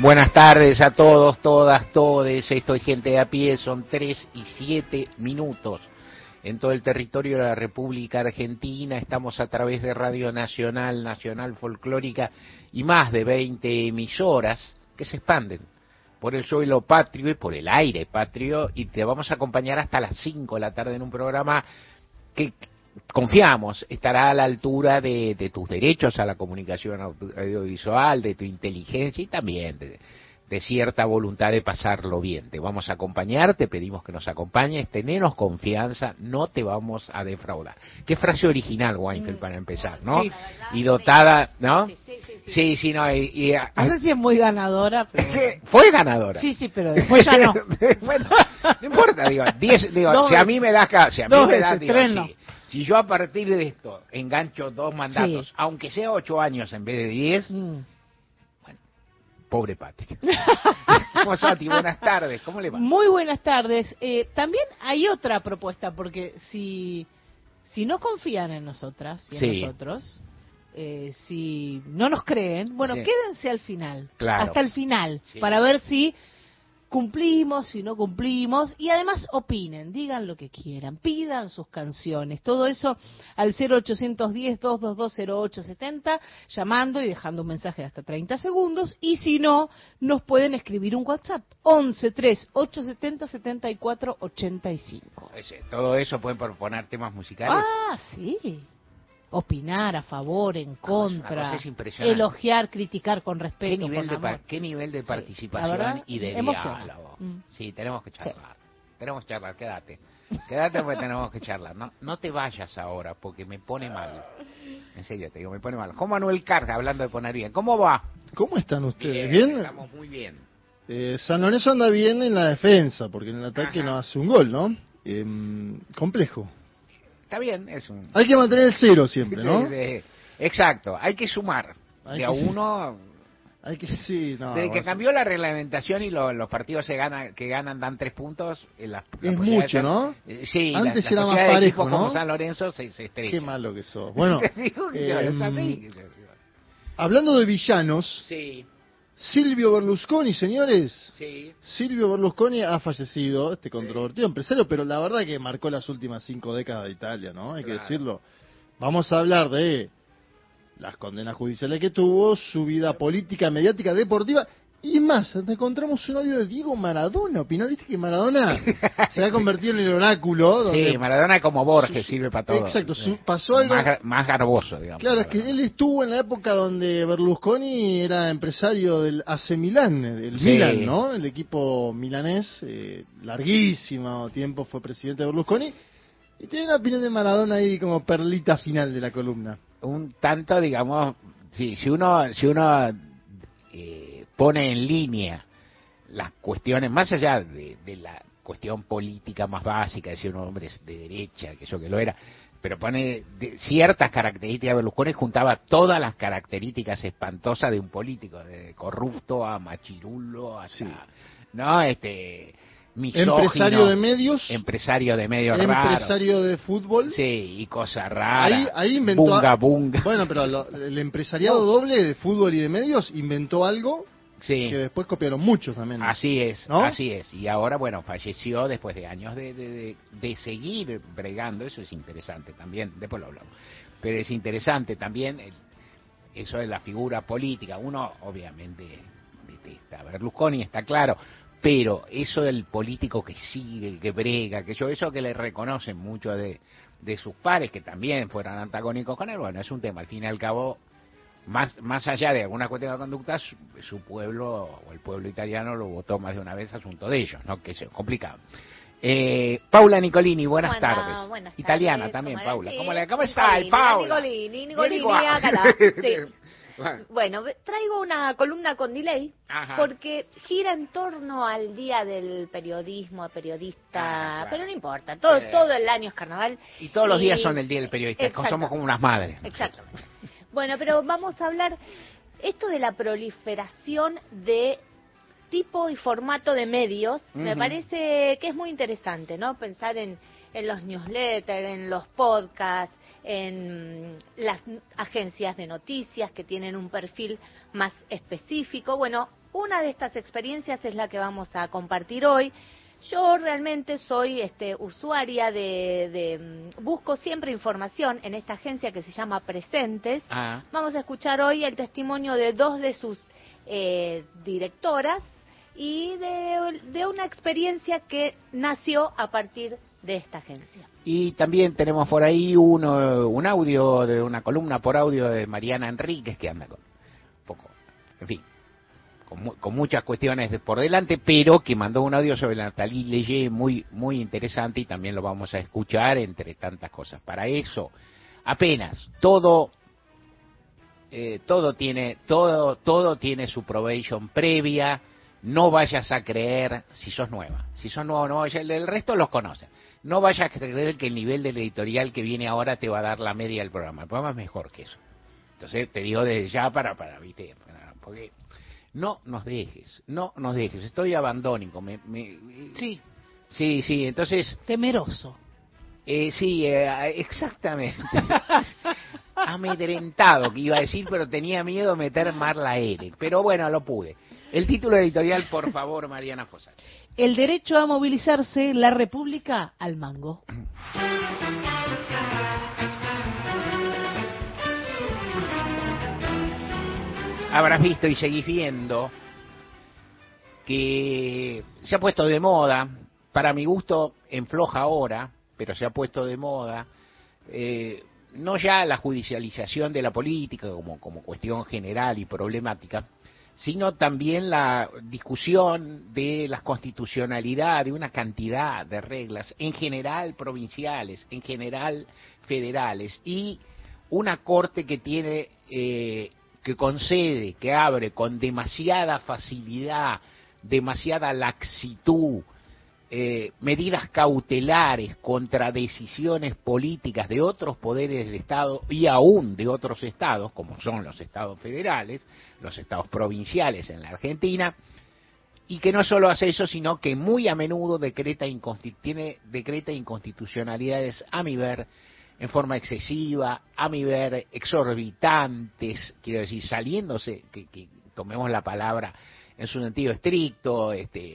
Buenas tardes a todos, todas, todes. Esto es Gente de a Pie, son 3:07 en todo el territorio de la República Argentina. Estamos a través de Radio Nacional, Nacional Folclórica y más de 20 emisoras que se expanden por el suelo patrio y por el aire patrio, y te vamos a acompañar hasta las 5 de la tarde en un programa que confiamos estará a la altura de tus derechos a la comunicación audiovisual, de tu inteligencia y también de cierta voluntad de pasarlo bien. Te vamos a acompañar, te pedimos que nos acompañes, tenenos confianza, no te vamos a defraudar. Qué frase original, Weinfeld, para empezar, ¿no? Sí. Y dotada, ¿no? Sí, no, no sé si es muy ganadora, pero... Fue ganadora. Sí, pero después ya no. Bueno, no importa, digo, si a mí me das, si yo a partir de esto engancho 2 mandatos, aunque sea 8 años en vez de 10, bueno, pobre patria. ¿Cómo Sati? Buenas tardes, ¿cómo le va? Muy buenas tardes. También hay otra propuesta, porque si no confían en nosotras y en nosotros, si no nos creen, bueno, quédense al final, hasta el final, para ver si cumplimos, si no cumplimos, y además opinen, digan lo que quieran, pidan sus canciones, todo eso al 0810-222-0870, llamando y dejando un mensaje de hasta 30 segundos, y si no, nos pueden escribir un WhatsApp, 11-3-870-7485. Todo eso pueden proponer temas musicales. Ah, sí. Opinar a favor, en contra, es elogiar, criticar con respeto, ¿Qué nivel de participación y de diálogo? Sí, tenemos que charlar. Tenemos que charlar, quédate porque tenemos que charlar. No te vayas ahora porque me pone mal. En serio te digo, me pone mal. Juan Manuel Carga, hablando de poner bien. ¿Cómo va? ¿Cómo están ustedes? ¿Bien? Estamos muy bien. San Lorenzo anda bien en la defensa, porque en el ataque no hace un gol, ¿no? Complejo. Está bien, hay que mantener el 0 siempre, ¿no? Sí. Exacto, hay que sumar. A uno... Desde que cambió la reglamentación y los partidos que ganan dan 3 puntos... es mucho, ¿no? Sí, antes era más parejo, ¿no? Como San Lorenzo se estrecha. Qué malo que sos. Bueno, hablando de villanos... Sí. Silvio Berlusconi, señores. Sí. Silvio Berlusconi ha fallecido, este controvertido empresario, pero la verdad que marcó las últimas 5 décadas de Italia, ¿no? Hay que decirlo. Vamos a hablar de las condenas judiciales que tuvo, su vida política, mediática, deportiva, y más, encontramos un audio de Diego Maradona. ¿Opinó? ¿Viste que Maradona se ha convertido en el oráculo? Sí, Maradona como Borges sirve para todo. Exacto, pasó algo... Más garboso, digamos. Claro, es que él estuvo en la época donde Berlusconi era empresario del AC Milán, el Milan, ¿no? El equipo milanés, larguísimo tiempo fue presidente de Berlusconi. Y tiene una opinión de Maradona ahí como perlita final de la columna. Un tanto, digamos, si uno pone en línea las cuestiones, más allá de la cuestión política más básica, de si un hombre es de derecha, que yo que lo era, pero pone ciertas características de Berlusconi, juntaba todas las características espantosas de un político, de corrupto a machirulo, hasta, ¿no? Misógino, empresario de medios raros, empresario de fútbol, y cosas raras. Ahí inventó bunga. Bueno, pero el empresariado doble de fútbol y de medios inventó algo que después copiaron muchos también. Así es, ¿no? Así es. Y ahora, bueno, falleció después de años de seguir bregando. Eso es interesante también, después lo hablamos. Pero es interesante también eso de la figura política. Uno, obviamente, detesta a Berlusconi, está claro. Pero eso del político que sigue, que brega, eso que le reconocen mucho de sus pares, que también fueran antagónicos con él, bueno, es un tema. Al fin y al cabo, más allá de alguna cuestión de conducta, su pueblo, o el pueblo italiano, lo votó más de una vez, asunto de ellos, ¿no? Que es complicado. Paula Nicolini, buenas tardes. Buenas Italiana tardes, también, Paula. ¿Cómo está, Paula? Nicolini, acá. Sí. Bueno, traigo una columna con delay, porque gira en torno al día del periodismo, periodista, pero no importa, todo el año es carnaval. Y todos los días son el día del periodista, somos como unas madres. Exactamente. Bueno, pero vamos a hablar esto de la proliferación de tipo y formato de medios. Me parece que es muy interesante, ¿no? Pensar en los newsletters, en los podcasts, en las agencias de noticias que tienen un perfil más específico. Bueno, Una de estas experiencias es la que vamos a compartir hoy. Yo realmente soy usuaria busco siempre información en esta agencia que se llama Presentes. Vamos a escuchar hoy el testimonio de dos de sus directoras y de una experiencia que nació a partir de esta agencia. Y también tenemos por ahí un audio de una columna por audio de Mariana Enríquez, que anda con un poco, en fin, con muchas cuestiones por delante, pero que mandó un audio sobre la Nathalie Leyé muy interesante, y también lo vamos a escuchar entre tantas cosas. Para eso, apenas todo tiene su probation previa. No vayas a creer, si sos nueva, no vayas, el resto los conoce. No vayas a creer que el nivel del editorial que viene ahora te va a dar la media del programa. El programa es mejor que eso. Entonces te digo desde ya ¿viste? Porque no nos dejes. Estoy abandónico. Sí, entonces... Temeroso. Sí, exactamente. Amedrentado, que iba a decir, pero tenía miedo de meter Marla Erec. Pero bueno, lo pude. El título editorial, por favor, Mariana Fossati. El derecho a movilizarse, la República al mango. Habrás visto y seguís viendo que se ha puesto de moda, para mi gusto en floja hora, pero se ha puesto de moda, no ya la judicialización de la política como cuestión general y problemática, sino también la discusión de la constitucionalidad de una cantidad de reglas, en general provinciales, en general federales, y una corte que tiene, que concede, que abre con demasiada facilidad, demasiada laxitud, medidas cautelares contra decisiones políticas de otros poderes del Estado y aún de otros estados, como son los estados federales, los estados provinciales en la Argentina, y que no solo hace eso, sino que muy a menudo decreta inconstitucionalidades, a mi ver, en forma excesiva, a mi ver, exorbitantes, quiero decir, saliéndose, que tomemos la palabra en su sentido estricto,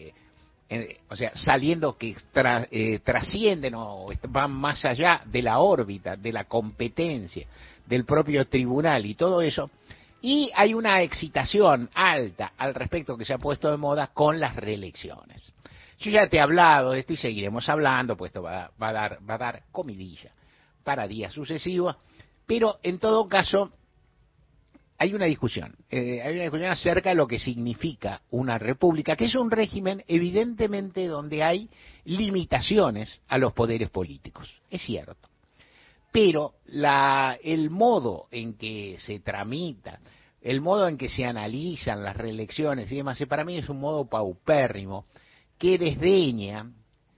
o sea, saliendo que trascienden o van más allá de la órbita, de la competencia del propio tribunal y todo eso. Y hay una excitación alta al respecto que se ha puesto de moda con las reelecciones. Yo ya te he hablado de esto y seguiremos hablando, pues esto va a dar comidilla para días sucesivos, pero en todo caso hay una discusión acerca de lo que significa una república, que es un régimen evidentemente donde hay limitaciones a los poderes políticos, es cierto, pero el modo en que se tramita, el modo en que se analizan las reelecciones y demás, para mí es un modo paupérrimo que desdeña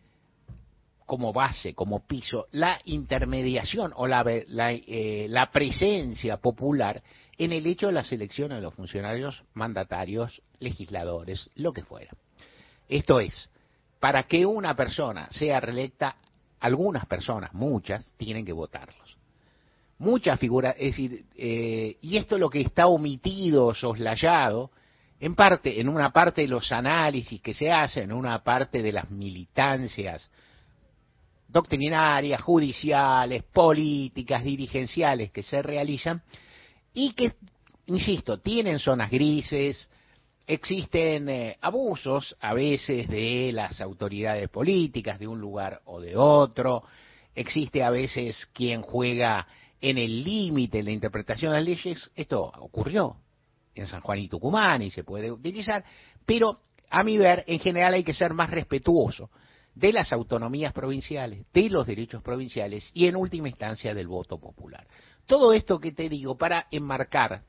como base, como piso, la intermediación o la presencia popular en el hecho de la selección de los funcionarios, mandatarios, legisladores, lo que fuera. Esto es, para que una persona sea reelecta, algunas personas, muchas, tienen que votarlos. Muchas figuras, es decir, y esto es lo que está omitido, soslayado, en una parte de los análisis que se hacen, en una parte de las militancias doctrinarias, judiciales, políticas, dirigenciales que se realizan y que, insisto, tienen zonas grises, existen abusos a veces de las autoridades políticas de un lugar o de otro, existe a veces quien juega en el límite de la interpretación de las leyes. Esto ocurrió en San Juan y Tucumán y se puede utilizar, pero a mi ver, en general hay que ser más respetuoso de las autonomías provinciales, de los derechos provinciales y en última instancia del voto popular. Todo esto que te digo para enmarcar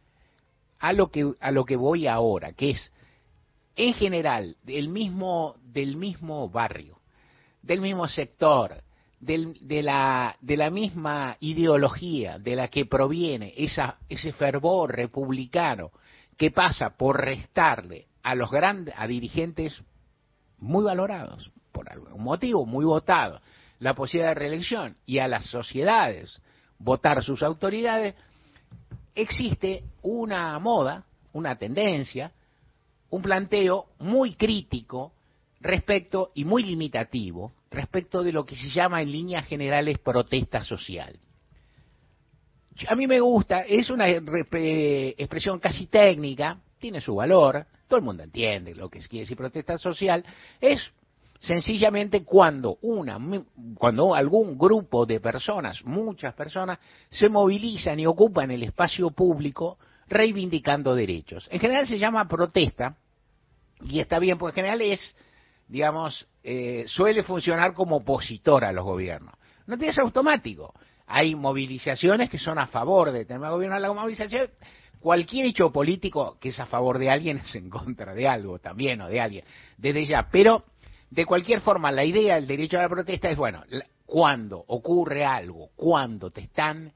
a lo que voy ahora, que es en general del mismo barrio, del mismo sector, de la misma ideología de la que proviene ese fervor republicano que pasa por restarle a dirigentes muy valorados, por algún motivo, muy votados, la posibilidad de reelección, y a las sociedades votar sus autoridades, existe una moda, una tendencia, un planteo muy crítico respecto y muy limitativo respecto de lo que se llama en líneas generales protesta social. A mí me gusta, es una expresión casi técnica, tiene su valor, todo el mundo entiende lo que quiere decir protesta social, es sencillamente cuando algún grupo de personas, muchas personas, se movilizan y ocupan el espacio público reivindicando derechos. En general se llama protesta, y está bien, porque en general es, digamos, suele funcionar como opositor a los gobiernos. No es automático. Hay movilizaciones que son a favor de tener gobierno. La movilización, cualquier hecho político que es a favor de alguien es en contra de algo también o de alguien, desde ya. Pero, de cualquier forma, la idea del derecho a la protesta es, bueno, cuando ocurre algo, cuando te están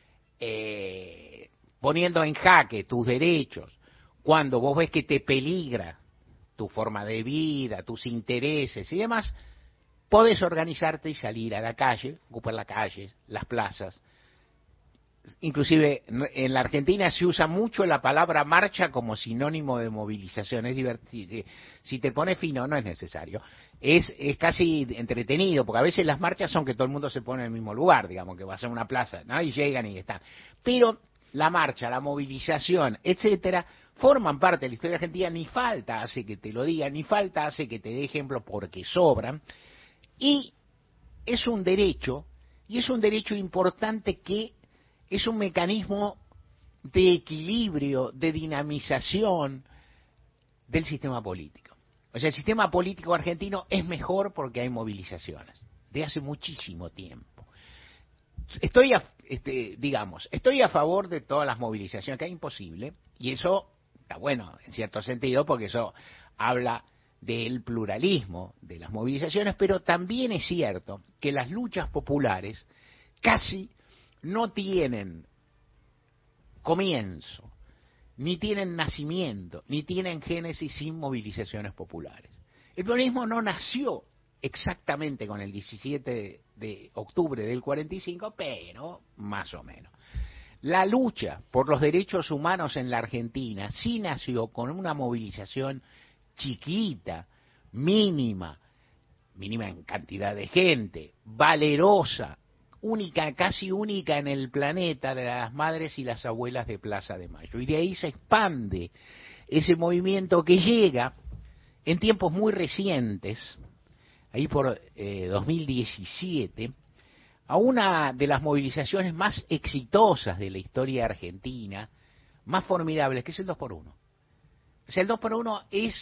poniendo en jaque tus derechos, cuando vos ves que te peligra tu forma de vida, tus intereses y demás, podés organizarte y salir a la calle, ocupar las calles, las plazas. Inclusive en la Argentina se usa mucho la palabra marcha como sinónimo de movilización. Es divertido. Si te pones fino no es necesario. Es casi entretenido, porque a veces las marchas son que todo el mundo se pone en el mismo lugar, digamos, que va a ser una plaza, ¿no? Y llegan y están. Pero la marcha, la movilización, etcétera, forman parte de la historia argentina. Ni falta hace que te lo diga, ni falta hace que te dé ejemplos porque sobran. Y es un derecho importante que es un mecanismo de equilibrio, de dinamización del sistema político. O sea, el sistema político argentino es mejor porque hay movilizaciones, de hace muchísimo tiempo. Estoy a favor de todas las movilizaciones, que es imposible, y eso está bueno en cierto sentido, porque eso habla del pluralismo de las movilizaciones, pero también es cierto que las luchas populares casi no tienen comienzo, ni tienen nacimiento, ni tienen génesis sin movilizaciones populares. El peronismo no nació exactamente con el 17 de octubre del 45, pero más o menos. La lucha por los derechos humanos en la Argentina sí nació con una movilización chiquita, mínima en cantidad de gente, valerosa, única, casi única en el planeta, de las madres y las abuelas de Plaza de Mayo. Y de ahí se expande ese movimiento que llega en tiempos muy recientes, ahí por 2017, a una de las movilizaciones más exitosas de la historia argentina, más formidables, que es el 2x1. O sea, el 2x1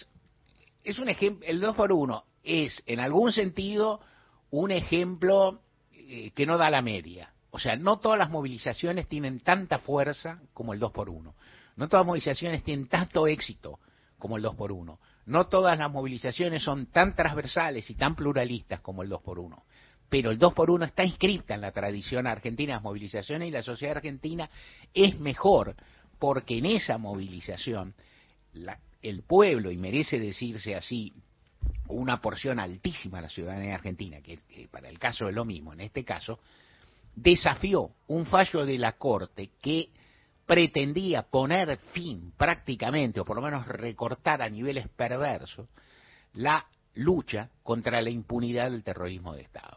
es un ejemplo, el 2x1 es, en algún sentido, un ejemplo que no da la media. O sea, no todas las movilizaciones tienen tanta fuerza como el 2x1. No todas las movilizaciones tienen tanto éxito como el 2x1. No todas las movilizaciones son tan transversales y tan pluralistas como el 2x1. Pero el 2x1 está inscrita en la tradición argentina de las movilizaciones, y la sociedad argentina es mejor porque en esa movilización el pueblo, y merece decirse así, una porción altísima de la ciudadanía argentina, que para el caso es lo mismo, en este caso, desafió un fallo de la Corte que pretendía poner fin prácticamente, o por lo menos recortar a niveles perversos, la lucha contra la impunidad del terrorismo de Estado.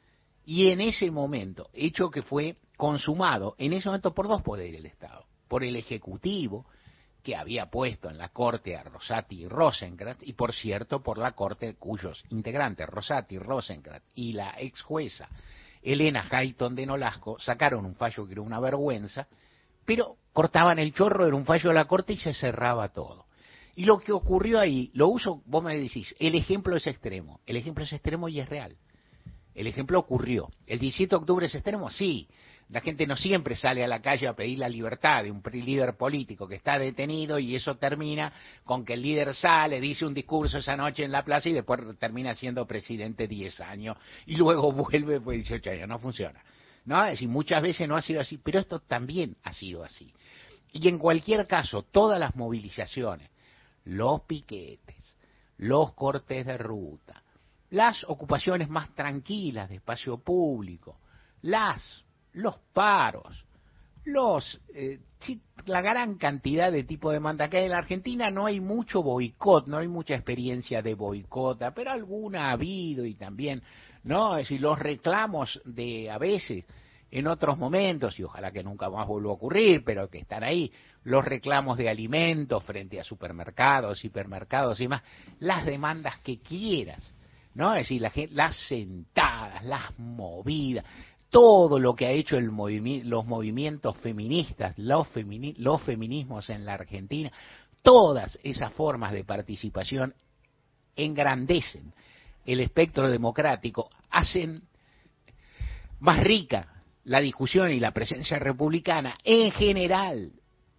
Y en ese momento, hecho que fue consumado, en ese momento por dos poderes del Estado, por el Ejecutivo, que había puesto en la Corte a Rosati y Rosenkrantz, y por cierto por la Corte cuyos integrantes, Rosati, Rosenkrantz y la ex jueza Elena Hayton de Nolasco, sacaron un fallo que era una vergüenza, pero cortaban el chorro, era un fallo de la Corte y se cerraba todo. Y lo que ocurrió ahí, lo uso, vos me decís, el ejemplo es extremo y es real. El ejemplo ocurrió. ¿El 17 de octubre es extremo? Sí. La gente no siempre sale a la calle a pedir la libertad de un líder político que está detenido, y eso termina con que el líder sale, dice un discurso esa noche en la plaza y después termina siendo presidente 10 años y luego vuelve después de 18 años. No funciona. ¿No? Es decir, muchas veces no ha sido así, pero esto también ha sido así. Y en cualquier caso, todas las movilizaciones, los piquetes, los cortes de ruta, las ocupaciones más tranquilas de espacio público, los paros, la gran cantidad de tipo de demanda que hay en la Argentina, no hay mucho boicot, no hay mucha experiencia de boicot, pero alguna ha habido y también, ¿no? Es decir, los reclamos de a veces, en otros momentos, y ojalá que nunca más vuelva a ocurrir, pero que están ahí, los reclamos de alimentos frente a supermercados, hipermercados y demás, las demandas que quieras, ¿no? Es decir, las sentadas, las movidas, todo lo que ha hecho los movimientos feministas, los feminismos en la Argentina, todas esas formas de participación engrandecen el espectro democrático, hacen más rica la discusión y la presencia republicana en general,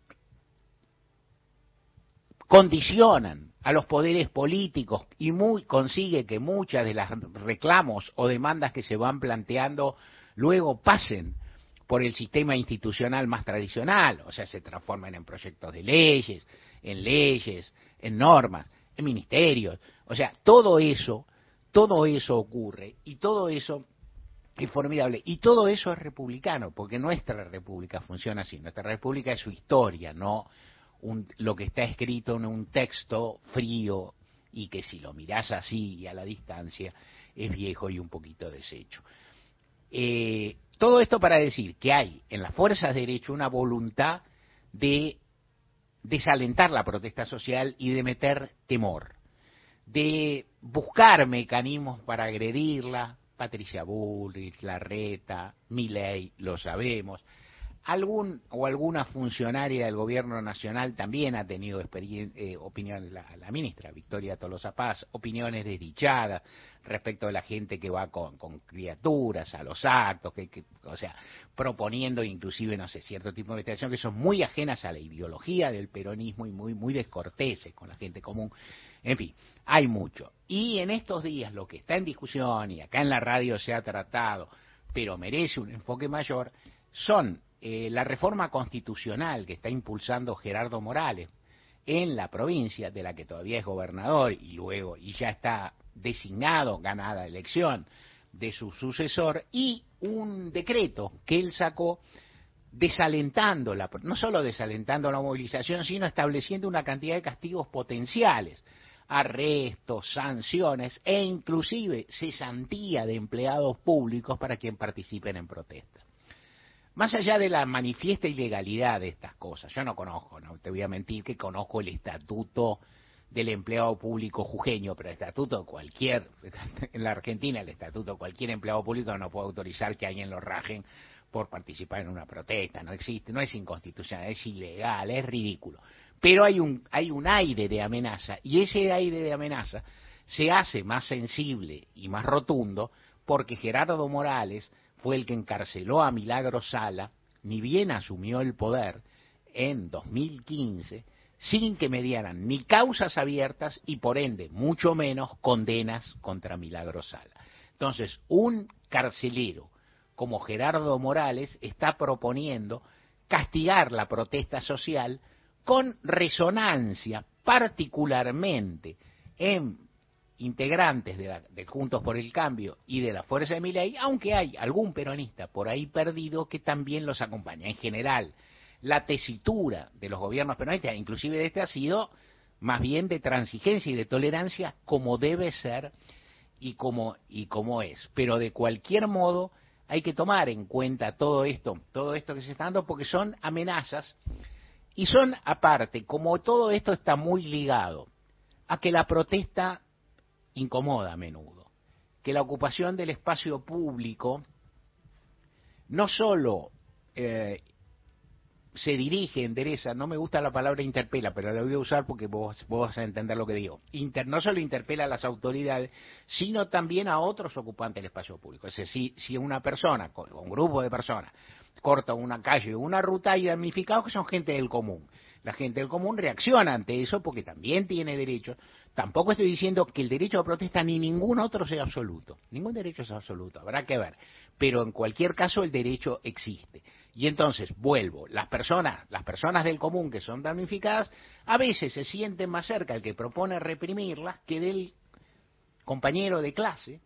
condicionan a los poderes políticos y consigue que muchas de las reclamos o demandas que se van planteando luego pasen por el sistema institucional más tradicional, o sea, se transforman en proyectos de leyes, en normas, en ministerios, o sea, todo eso ocurre y todo eso es formidable y todo eso es republicano, porque nuestra república funciona así, nuestra república es su historia, no lo que está escrito en un texto frío y que si lo mirás así y a la distancia es viejo y un poquito deshecho. Todo esto para decir que hay en las fuerzas de derecho una voluntad de desalentar la protesta social y de meter temor, de buscar mecanismos para agredirla. Patricia Bullrich, Larreta, Milei, lo sabemos. Alguna funcionaria del gobierno nacional también ha tenido opiniones, la ministra Victoria Tolosa Paz, opiniones desdichadas respecto de la gente que va con criaturas a los actos, o sea, proponiendo inclusive, no sé, cierto tipo de investigación que son muy ajenas a la ideología del peronismo y muy descorteses con la gente común. En fin, hay mucho. Y en estos días lo que está en discusión, y acá en la radio se ha tratado, pero merece un enfoque mayor, son la reforma constitucional que está impulsando Gerardo Morales en la provincia, de la que todavía es gobernador y ya está designado, ganada elección de su sucesor, y un decreto que él sacó desalentando, no solo desalentando la movilización, sino estableciendo una cantidad de castigos potenciales, arrestos, sanciones e inclusive cesantía de empleados públicos para quien participen en protestas. Más allá de la manifiesta ilegalidad de estas cosas, yo no conozco, no te voy a mentir que conozco el estatuto del empleado público jujeño, pero el estatuto cualquier, en la Argentina el estatuto cualquier empleado público no puede autorizar que alguien lo rajen por participar en una protesta, no existe, no es inconstitucional, es ilegal, es ridículo. Pero hay un aire de amenaza, y ese aire de amenaza se hace más sensible y más rotundo porque Gerardo Morales fue el que encarceló a Milagro Sala, ni bien asumió el poder en 2015, sin que mediaran ni causas abiertas y por ende mucho menos condenas contra Milagro Sala. Entonces, un carcelero como Gerardo Morales está proponiendo castigar la protesta social con resonancia particularmente en integrantes de Juntos por el Cambio y de la Fuerza de Milei, aunque hay algún peronista por ahí perdido que también los acompaña. En general, la tesitura de los gobiernos peronistas, inclusive de este, ha sido más bien de transigencia y de tolerancia, como debe ser y como es. Pero de cualquier modo hay que tomar en cuenta todo esto que se está dando, porque son amenazas y son, aparte, como todo esto está muy ligado a que la protesta incomoda a menudo, que la ocupación del espacio público no solo se dirige, endereza, no me gusta la palabra interpela, pero la voy a usar porque vos vas a entender lo que digo, no solo interpela a las autoridades, sino también a otros ocupantes del espacio público. Es decir, si una persona, o un grupo de personas, corta una calle o una ruta, hay damnificados que son gente del común. La gente del común reacciona ante eso porque también tiene derechos. Tampoco estoy diciendo que el derecho a protesta ni ningún otro sea absoluto. Ningún derecho es absoluto, habrá que ver. Pero en cualquier caso el derecho existe. Y entonces, vuelvo, las personas del común que son damnificadas, a veces se sienten más cerca el que propone reprimirlas que del compañero de clase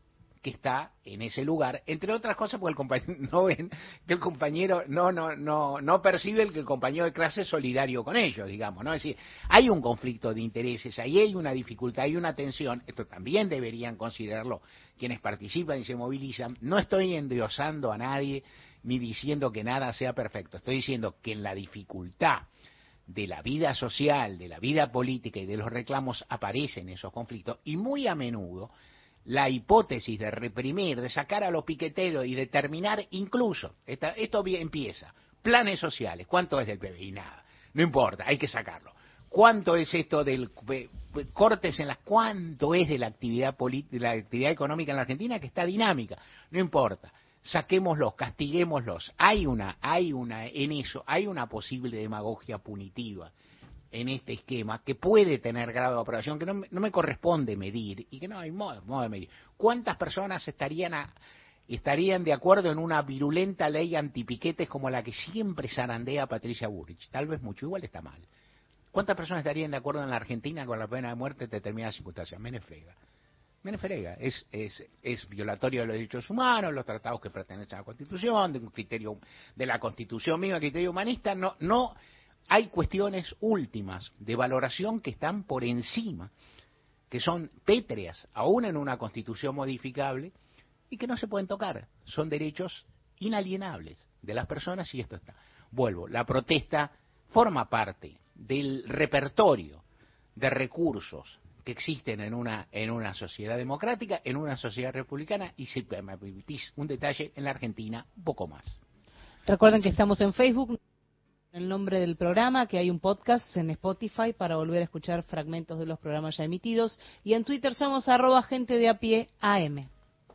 que está en ese lugar, entre otras cosas porque el compañero no ven que el compañero no percibe que el compañero de clase es solidario con ellos, digamos, ¿no? Es decir, hay un conflicto de intereses, ahí hay una dificultad, hay una tensión, esto también deberían considerarlo quienes participan y se movilizan. No estoy endiosando a nadie ni diciendo que nada sea perfecto, estoy diciendo que en la dificultad de la vida social, de la vida política y de los reclamos aparecen esos conflictos, y muy a menudo la hipótesis de sacar a los piqueteros y determinar incluso, esto empieza, planes sociales, ¿cuánto es del PBI? Nada, no importa, hay que sacarlo. ¿Cuánto es esto del cortes en cuánto es de la actividad política, la actividad económica en la Argentina que está dinámica? No importa, saquémoslos, castiguémoslos. Hay una posible demagogia punitiva en este esquema que puede tener grado de aprobación, que no me corresponde medir y que no hay modo de medir. ¿Cuántas personas estarían de acuerdo en una virulenta ley antipiquetes como la que siempre zarandea Patricia Bullrich? Tal vez mucho, igual está mal. ¿Cuántas personas estarían de acuerdo en la Argentina con la pena de muerte en determinadas circunstancias? Me frega. Es violatorio de los derechos humanos, los tratados que pertenecen a la Constitución, de un criterio de la Constitución misma, criterio humanista. No hay cuestiones últimas de valoración que están por encima, que son pétreas, aún en una Constitución modificable, y que no se pueden tocar. Son derechos inalienables de las personas, y esto está. Vuelvo, la protesta forma parte del repertorio de recursos que existen en una sociedad democrática, en una sociedad republicana, y si me permitís un detalle, en la Argentina un poco más. Recuerden que estamos en Facebook, el nombre del programa, que hay un podcast en Spotify para volver a escuchar fragmentos de los programas ya emitidos, y en Twitter somos @gentedeapié.am.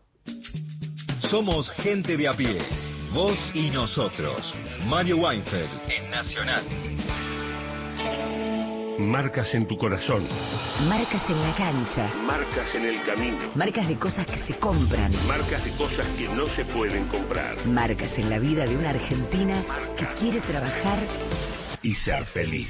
Somos Gente de a Pie, vos y nosotros. Mario Weinfeld en Nacional. Marcas en tu corazón. Marcas en la cancha. Marcas en el camino. Marcas de cosas que se compran. Marcas de cosas que no se pueden comprar. Marcas en la vida de una argentina que quiere trabajar y ser feliz.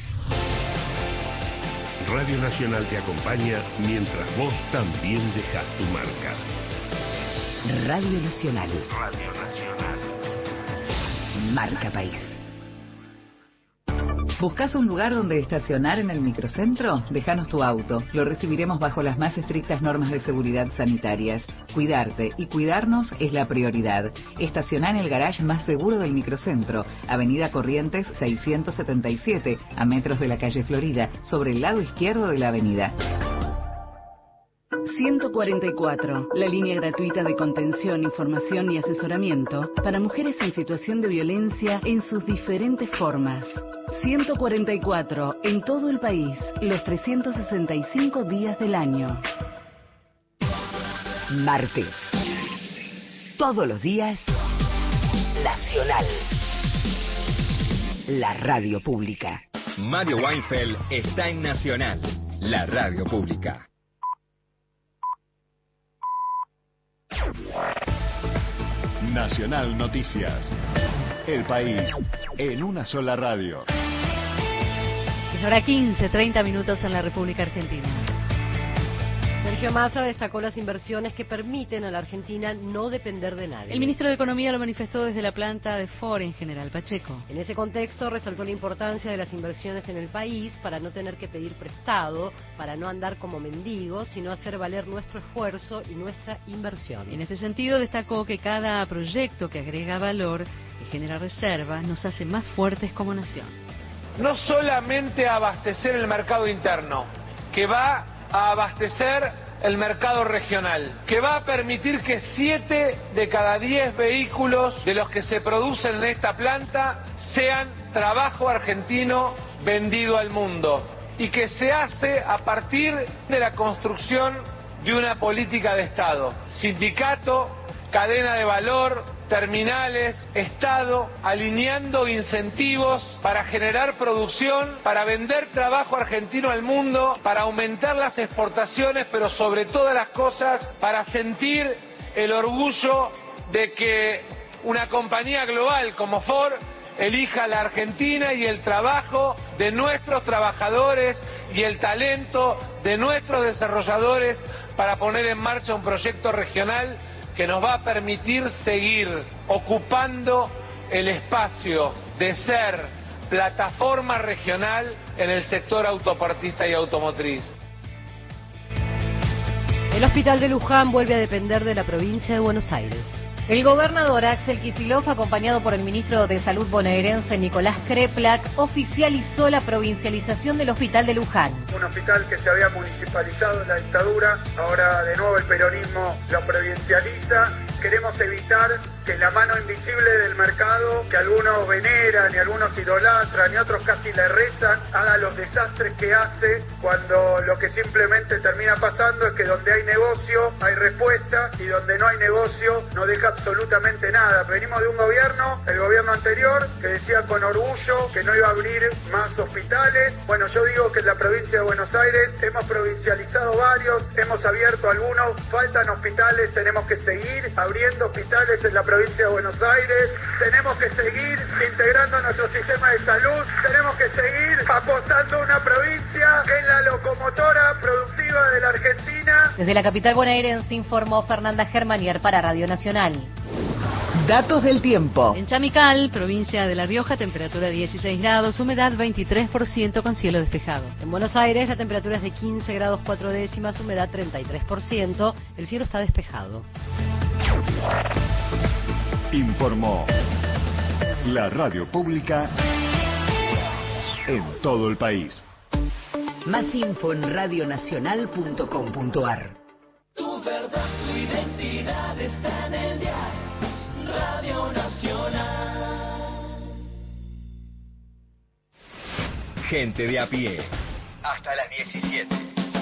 Radio Nacional te acompaña mientras vos también dejás tu marca. Radio Nacional. Radio Nacional. Marca País. ¿Buscás un lugar donde estacionar en el microcentro? Déjanos tu auto. Lo recibiremos bajo las más estrictas normas de seguridad sanitarias. Cuidarte y cuidarnos es la prioridad. Estacioná en el garage más seguro del microcentro, Avenida Corrientes 677, a metros de la calle Florida, sobre el lado izquierdo de la avenida. 144, la línea gratuita de contención, información y asesoramiento para mujeres en situación de violencia en sus diferentes formas. 144, en todo el país, los 365 días del año. Martes. Todos los días, Nacional. La radio pública. Mario Weinfeld está en Nacional, la radio pública. Nacional Noticias. El país en una sola radio. Es hora 15, 30 minutos en la República Argentina. Sergio Massa destacó las inversiones que permiten a la Argentina no depender de nadie. El ministro de Economía lo manifestó desde la planta de Ford en General Pacheco. En ese contexto resaltó la importancia de las inversiones en el país para no tener que pedir prestado, para no andar como mendigos, sino hacer valer nuestro esfuerzo y nuestra inversión. En ese sentido destacó que cada proyecto que agrega valor y genera reservas nos hace más fuertes como nación. No solamente abastecer el mercado interno, que va a abastecer el mercado regional, que va a permitir que 7 de cada 10 vehículos de los que se producen en esta planta sean trabajo argentino vendido al mundo, y que se hace a partir de la construcción de una política de Estado, sindicato, cadena de valor, terminales, Estado, alineando incentivos para generar producción, para vender trabajo argentino al mundo, para aumentar las exportaciones, pero sobre todas las cosas, para sentir el orgullo de que una compañía global como Ford elija la Argentina y el trabajo de nuestros trabajadores y el talento de nuestros desarrolladores para poner en marcha un proyecto regional que nos va a permitir seguir ocupando el espacio de ser plataforma regional en el sector autopartista y automotriz. El hospital de Luján vuelve a depender de la provincia de Buenos Aires. El gobernador Axel Kicillof, acompañado por el ministro de Salud bonaerense Nicolás Kreplak, oficializó la provincialización del hospital de Luján. Un hospital que se había municipalizado en la dictadura, ahora de nuevo el peronismo lo provincializa. Queremos evitar que la mano invisible del mercado, que algunos veneran y algunos idolatran y otros casi le rezan, haga los desastres que hace, cuando lo que simplemente termina pasando es que donde hay negocio hay respuesta y donde no hay negocio no deja absolutamente nada. Venimos de un gobierno, el gobierno anterior, que decía con orgullo que no iba a abrir más hospitales. Bueno, yo digo que en la provincia de Buenos Aires hemos provincializado varios, hemos abierto algunos, faltan hospitales, tenemos que seguir abriendo hospitales en la provincia de Buenos Aires, tenemos que seguir integrando nuestro sistema de salud, tenemos que seguir apostando a una provincia que es la locomotora productiva de la Argentina. Desde la capital bonaerense informó Fernanda Germanier para Radio Nacional. Datos del tiempo. En Chamical, provincia de La Rioja, temperatura 16 grados, humedad 23% con cielo despejado. En Buenos Aires, la temperatura es de 15 grados 4 décimas, humedad 33%, el cielo está despejado. Informó la radio pública en todo el país. Más info en radionacional.com.ar. Tu verdad, tu identidad está en el diario Radio Nacional. Gente de a pie. Hasta las 17.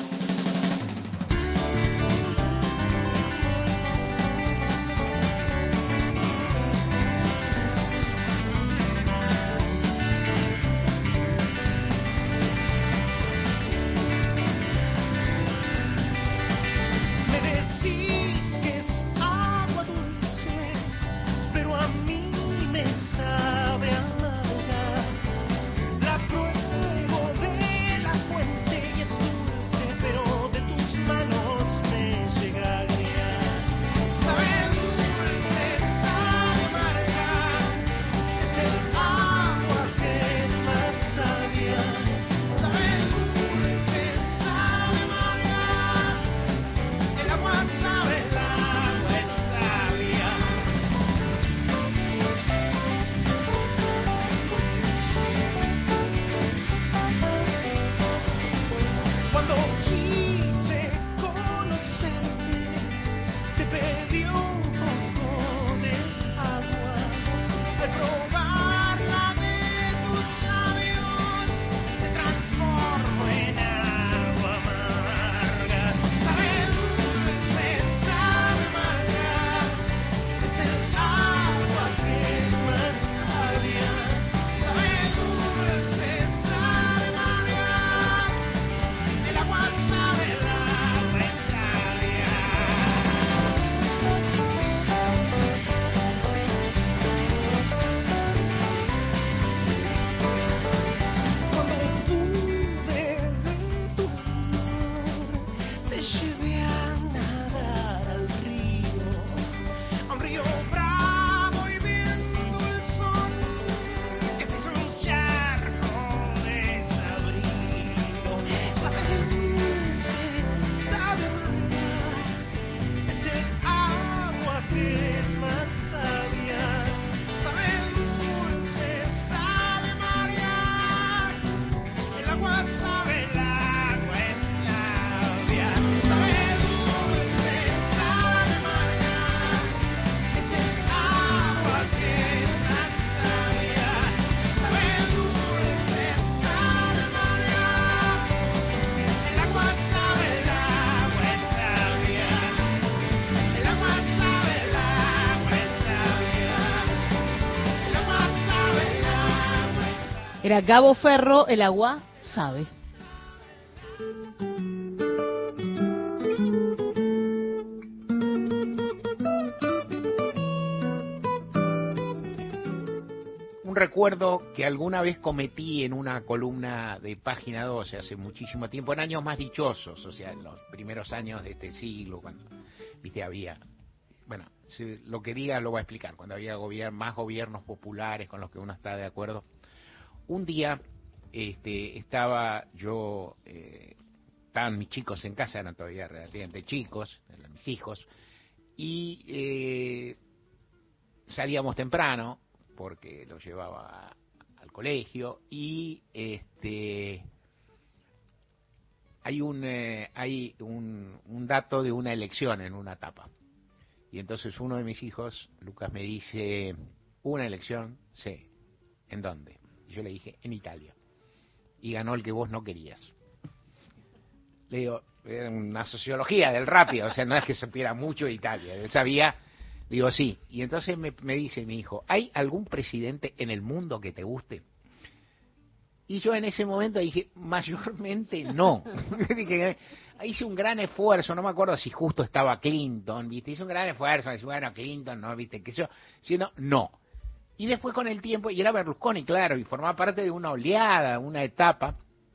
Era Gabo Ferro, el agua sabe. Un recuerdo que alguna vez cometí en una columna de Página 12 hace muchísimo tiempo, en años más dichosos, o sea, en los primeros años de este siglo, cuando, viste, había bueno, si lo que diga lo voy a explicar, cuando había más gobiernos populares con los que uno está de acuerdo. Un día estaban mis chicos en casa, eran todavía relativamente chicos, eran mis hijos, y salíamos temprano, porque los llevaba al colegio, y hay un dato de una elección en una etapa. Y entonces uno de mis hijos, Lucas, me dice, ¿una elección? Sí. ¿En dónde? Y yo le dije, en Italia. Y ganó el que vos no querías. Le digo, era una sociología del rápido, o sea, no es que supiera mucho de Italia. Él sabía, digo, sí. Y entonces me dice mi hijo, ¿hay algún presidente en el mundo que te guste? Y yo en ese momento dije, mayormente no. Dije, hice un gran esfuerzo, no me acuerdo si justo estaba Clinton, ¿viste? Hice un gran esfuerzo, dije, bueno, Clinton, ¿no? ¿Viste? Que yo, diciendo, no. Y después con el tiempo, y era Berlusconi, claro, y formaba parte de una oleada, una etapa.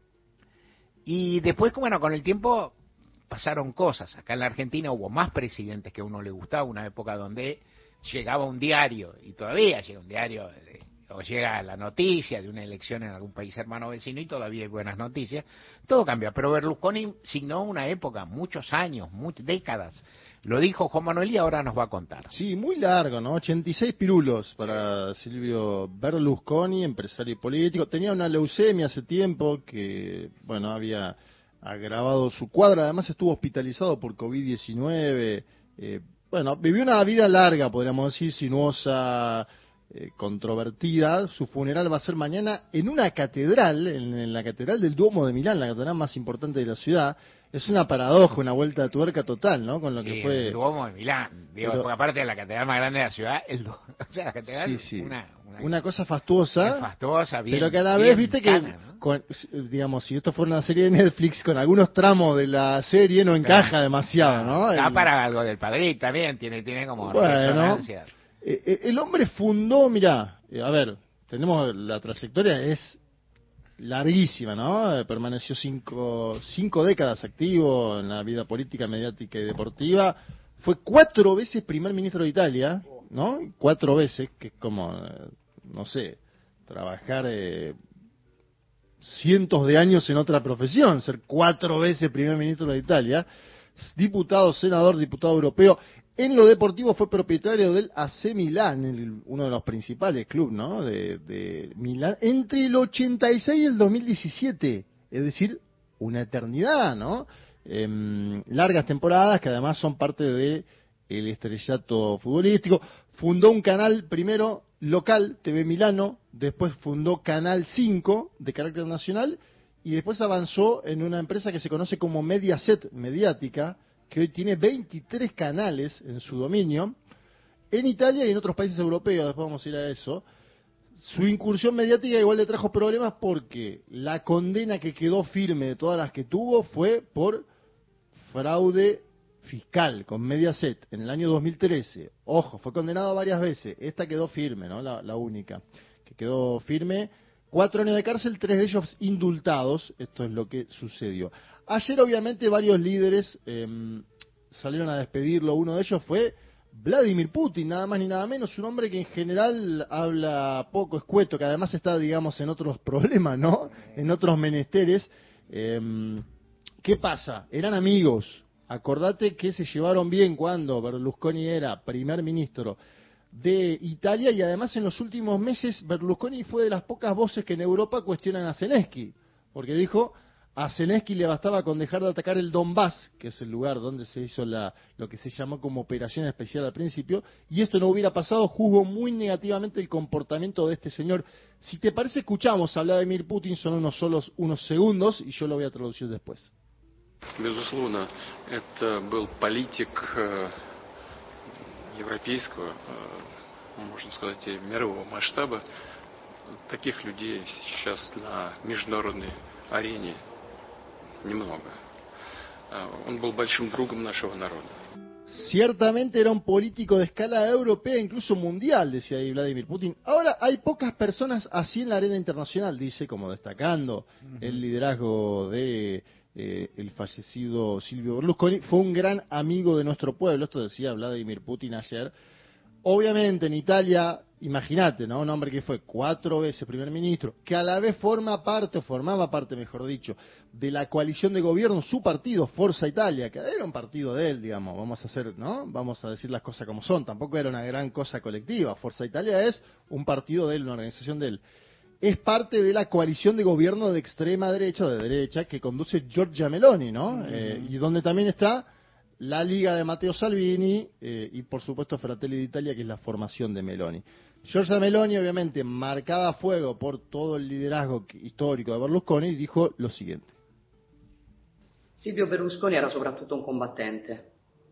Y después, bueno, con el tiempo pasaron cosas. Acá en la Argentina hubo más presidentes que a uno le gustaba, una época donde llegaba un diario, y todavía llega un diario, o llega la noticia de una elección en algún país hermano vecino y todavía hay buenas noticias, todo cambia. Pero Berlusconi signó una época, muchos años, décadas. Lo dijo Juan Manuel y ahora nos va a contar. Sí, muy largo, ¿no? 86 pirulos para Silvio Berlusconi, empresario y político. Tenía una leucemia hace tiempo que, bueno, había agravado su cuadro. Además estuvo hospitalizado por COVID-19. Bueno, vivió una vida larga, podríamos decir, sinuosa, controvertida. Su funeral va a ser mañana en una catedral, en la catedral del Duomo de Milán, la catedral más importante de la ciudad. Es una paradoja, una vuelta de tuerca total, ¿no? Con lo que fue... El Duomo de Milán, digo, porque aparte de la catedral más grande de la ciudad, o sea, la catedral sí. Una cosa fastuosa, bien, pero que a la vez, viste que, ¿no? digamos, si esto fuera una serie de Netflix, con algunos tramos de la serie no encaja demasiado, ¿no? Está para algo del Padrino también, tiene como resonancia. El hombre fundó, mirá, a ver, tenemos la trayectoria, es larguísima, ¿no? Permaneció cinco décadas activo en la vida política, mediática y deportiva. Fue 4 veces primer ministro de Italia, ¿no? 4 veces, que es como, no sé, trabajar cientos de años en otra profesión, ser 4 veces primer ministro de Italia. Diputado, senador, diputado europeo. En lo deportivo fue propietario del AC Milán, uno de los principales clubes, ¿no? de Milán, entre el 86 y el 2017, es decir, una eternidad, ¿no? Largas temporadas que además son parte de el estrellato futbolístico. Fundó un canal primero local, TV Milano, después fundó Canal 5 de carácter nacional y después avanzó en una empresa que se conoce como Mediaset Mediática, que hoy tiene 23 canales en su dominio, en Italia y en otros países europeos, después vamos a ir a eso. Su incursión mediática igual le trajo problemas porque la condena que quedó firme de todas las que tuvo fue por fraude fiscal con Mediaset en el año 2013. Ojo, fue condenado varias veces, esta quedó firme, ¿no? La única que quedó firme. 4 años de cárcel, 3 de ellos indultados. Esto es lo que sucedió. Ayer, obviamente, varios líderes salieron a despedirlo. Uno de ellos fue Vladimir Putin, nada más ni nada menos. Un hombre que en general habla poco, escueto, que además está, digamos, en otros problemas, ¿no? En otros menesteres. ¿Qué pasa? Eran amigos. Acordate que se llevaron bien cuando Berlusconi era primer ministro de Italia, y además en los últimos meses Berlusconi fue de las pocas voces que en Europa cuestionan a Zelensky, porque dijo a Zelensky le bastaba con dejar de atacar el Donbass, que es el lugar donde se hizo lo que se llamó como operación especial al principio, y esto no hubiera pasado. Juzgó muy negativamente el comportamiento de este señor. Si te parece, escuchamos a Vladimir Putin, son unos segundos, y yo lo voy a traducir después. Безусловно, это был политик европейского, можно сказать, и мирового масштаба. Таких людей сейчас на международной арене немного. Он был большим другом нашего народа. Ciertamente era un político de escala europea, incluso mundial, decía ahí Vladimir Putin. Ahora hay pocas personas así en la arena internacional, dice, como destacando el liderazgo de el fallecido Silvio Berlusconi. Fue un gran amigo de nuestro pueblo, esto decía Vladimir Putin ayer. Obviamente en Italia, imagínate, ¿no? Un hombre que fue 4 veces primer ministro, que a la vez formaba parte, mejor dicho, de la coalición de gobierno, su partido, Forza Italia, que era un partido de él, digamos, vamos a decir las cosas como son, tampoco era una gran cosa colectiva. Forza Italia es un partido de él, una organización de él. Es parte de la coalición de gobierno de extrema derecha, de derecha, que conduce Giorgia Meloni, ¿no? Y donde también está la Liga de Matteo Salvini y, por supuesto, Fratelli d'Italia, que es la formación de Meloni. Giorgia Meloni, obviamente, marcada a fuego por todo el liderazgo histórico de Berlusconi, dijo lo siguiente. Silvio Berlusconi era soprattutto un combattente.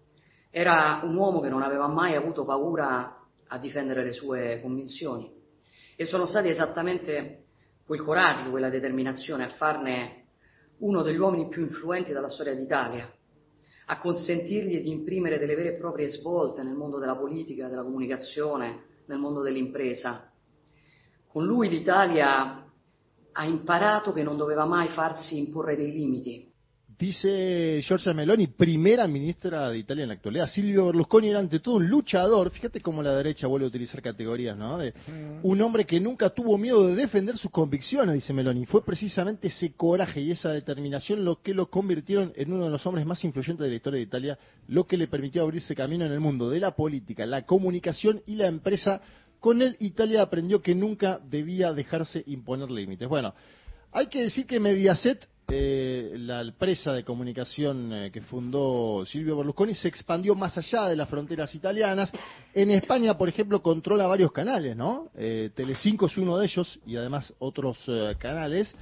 Era un uomo che non aveva mai avuto paura a difendere le sue convinzioni. E sono stati esattamente quel coraggio, quella determinazione a farne uno degli uomini più influenti della storia d'Italia, a consentirgli di imprimere delle vere e proprie svolte nel mondo della politica, della comunicazione, nel mondo dell'impresa. Con lui l'Italia ha imparato che non doveva mai farsi imporre dei limiti. Dice Giorgia Meloni, primera ministra de Italia en la actualidad. Silvio Berlusconi era ante todo un luchador. Fíjate cómo la derecha vuelve a utilizar categorías, ¿no? Un hombre que nunca tuvo miedo de defender sus convicciones, dice Meloni. Fue precisamente ese coraje y esa determinación lo que lo convirtieron en uno de los hombres más influyentes de la historia de Italia, lo que le permitió abrirse camino en el mundo de la política, la comunicación y la empresa. Con él, Italia aprendió que nunca debía dejarse imponer límites. Bueno, hay que decir que Mediaset, la empresa de comunicación que fundó Silvio Berlusconi, se expandió más allá de las fronteras italianas. En España, por ejemplo, controla varios canales, ¿no? Telecinco es uno de ellos y además otros canales.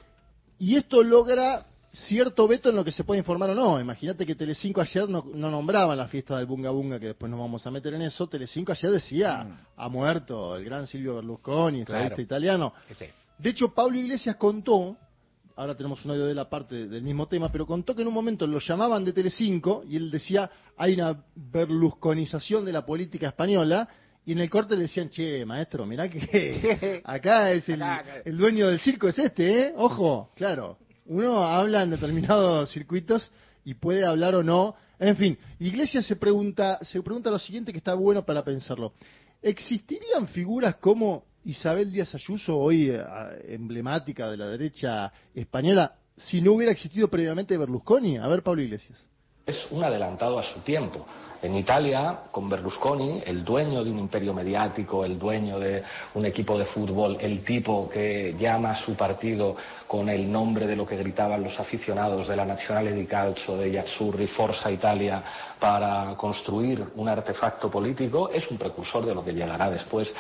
Y esto logra cierto veto en lo que se puede informar o no. Imagínate que Telecinco ayer no nombraba la fiesta del Bunga Bunga, que después nos vamos a meter en eso. Telecinco ayer decía, ha muerto el gran Silvio Berlusconi, estadista italiano. Sí. De hecho, Pablo Iglesias contó, ahora tenemos un audio de la parte del mismo tema, pero contó que en un momento lo llamaban de Telecinco y él decía, hay una berlusconización de la política española, y en el corte le decían, che, maestro, mirá que acá es el dueño del circo es este, ¿eh? Ojo, claro, uno habla en determinados circuitos y puede hablar o no. En fin, Iglesias se pregunta lo siguiente, que está bueno para pensarlo. ¿Existirían figuras como Isabel Díaz Ayuso, hoy emblemática de la derecha española, si no hubiera existido previamente Berlusconi? A ver, Pablo Iglesias. Es un adelantado a su tiempo. En Italia, con Berlusconi, el dueño de un imperio mediático, el dueño de un equipo de fútbol, el tipo que llama a su partido con el nombre de lo que gritaban los aficionados de la Nazionale di Calcio, de Azzurri, Forza Italia, para construir un artefacto político, es un precursor de lo que llegará después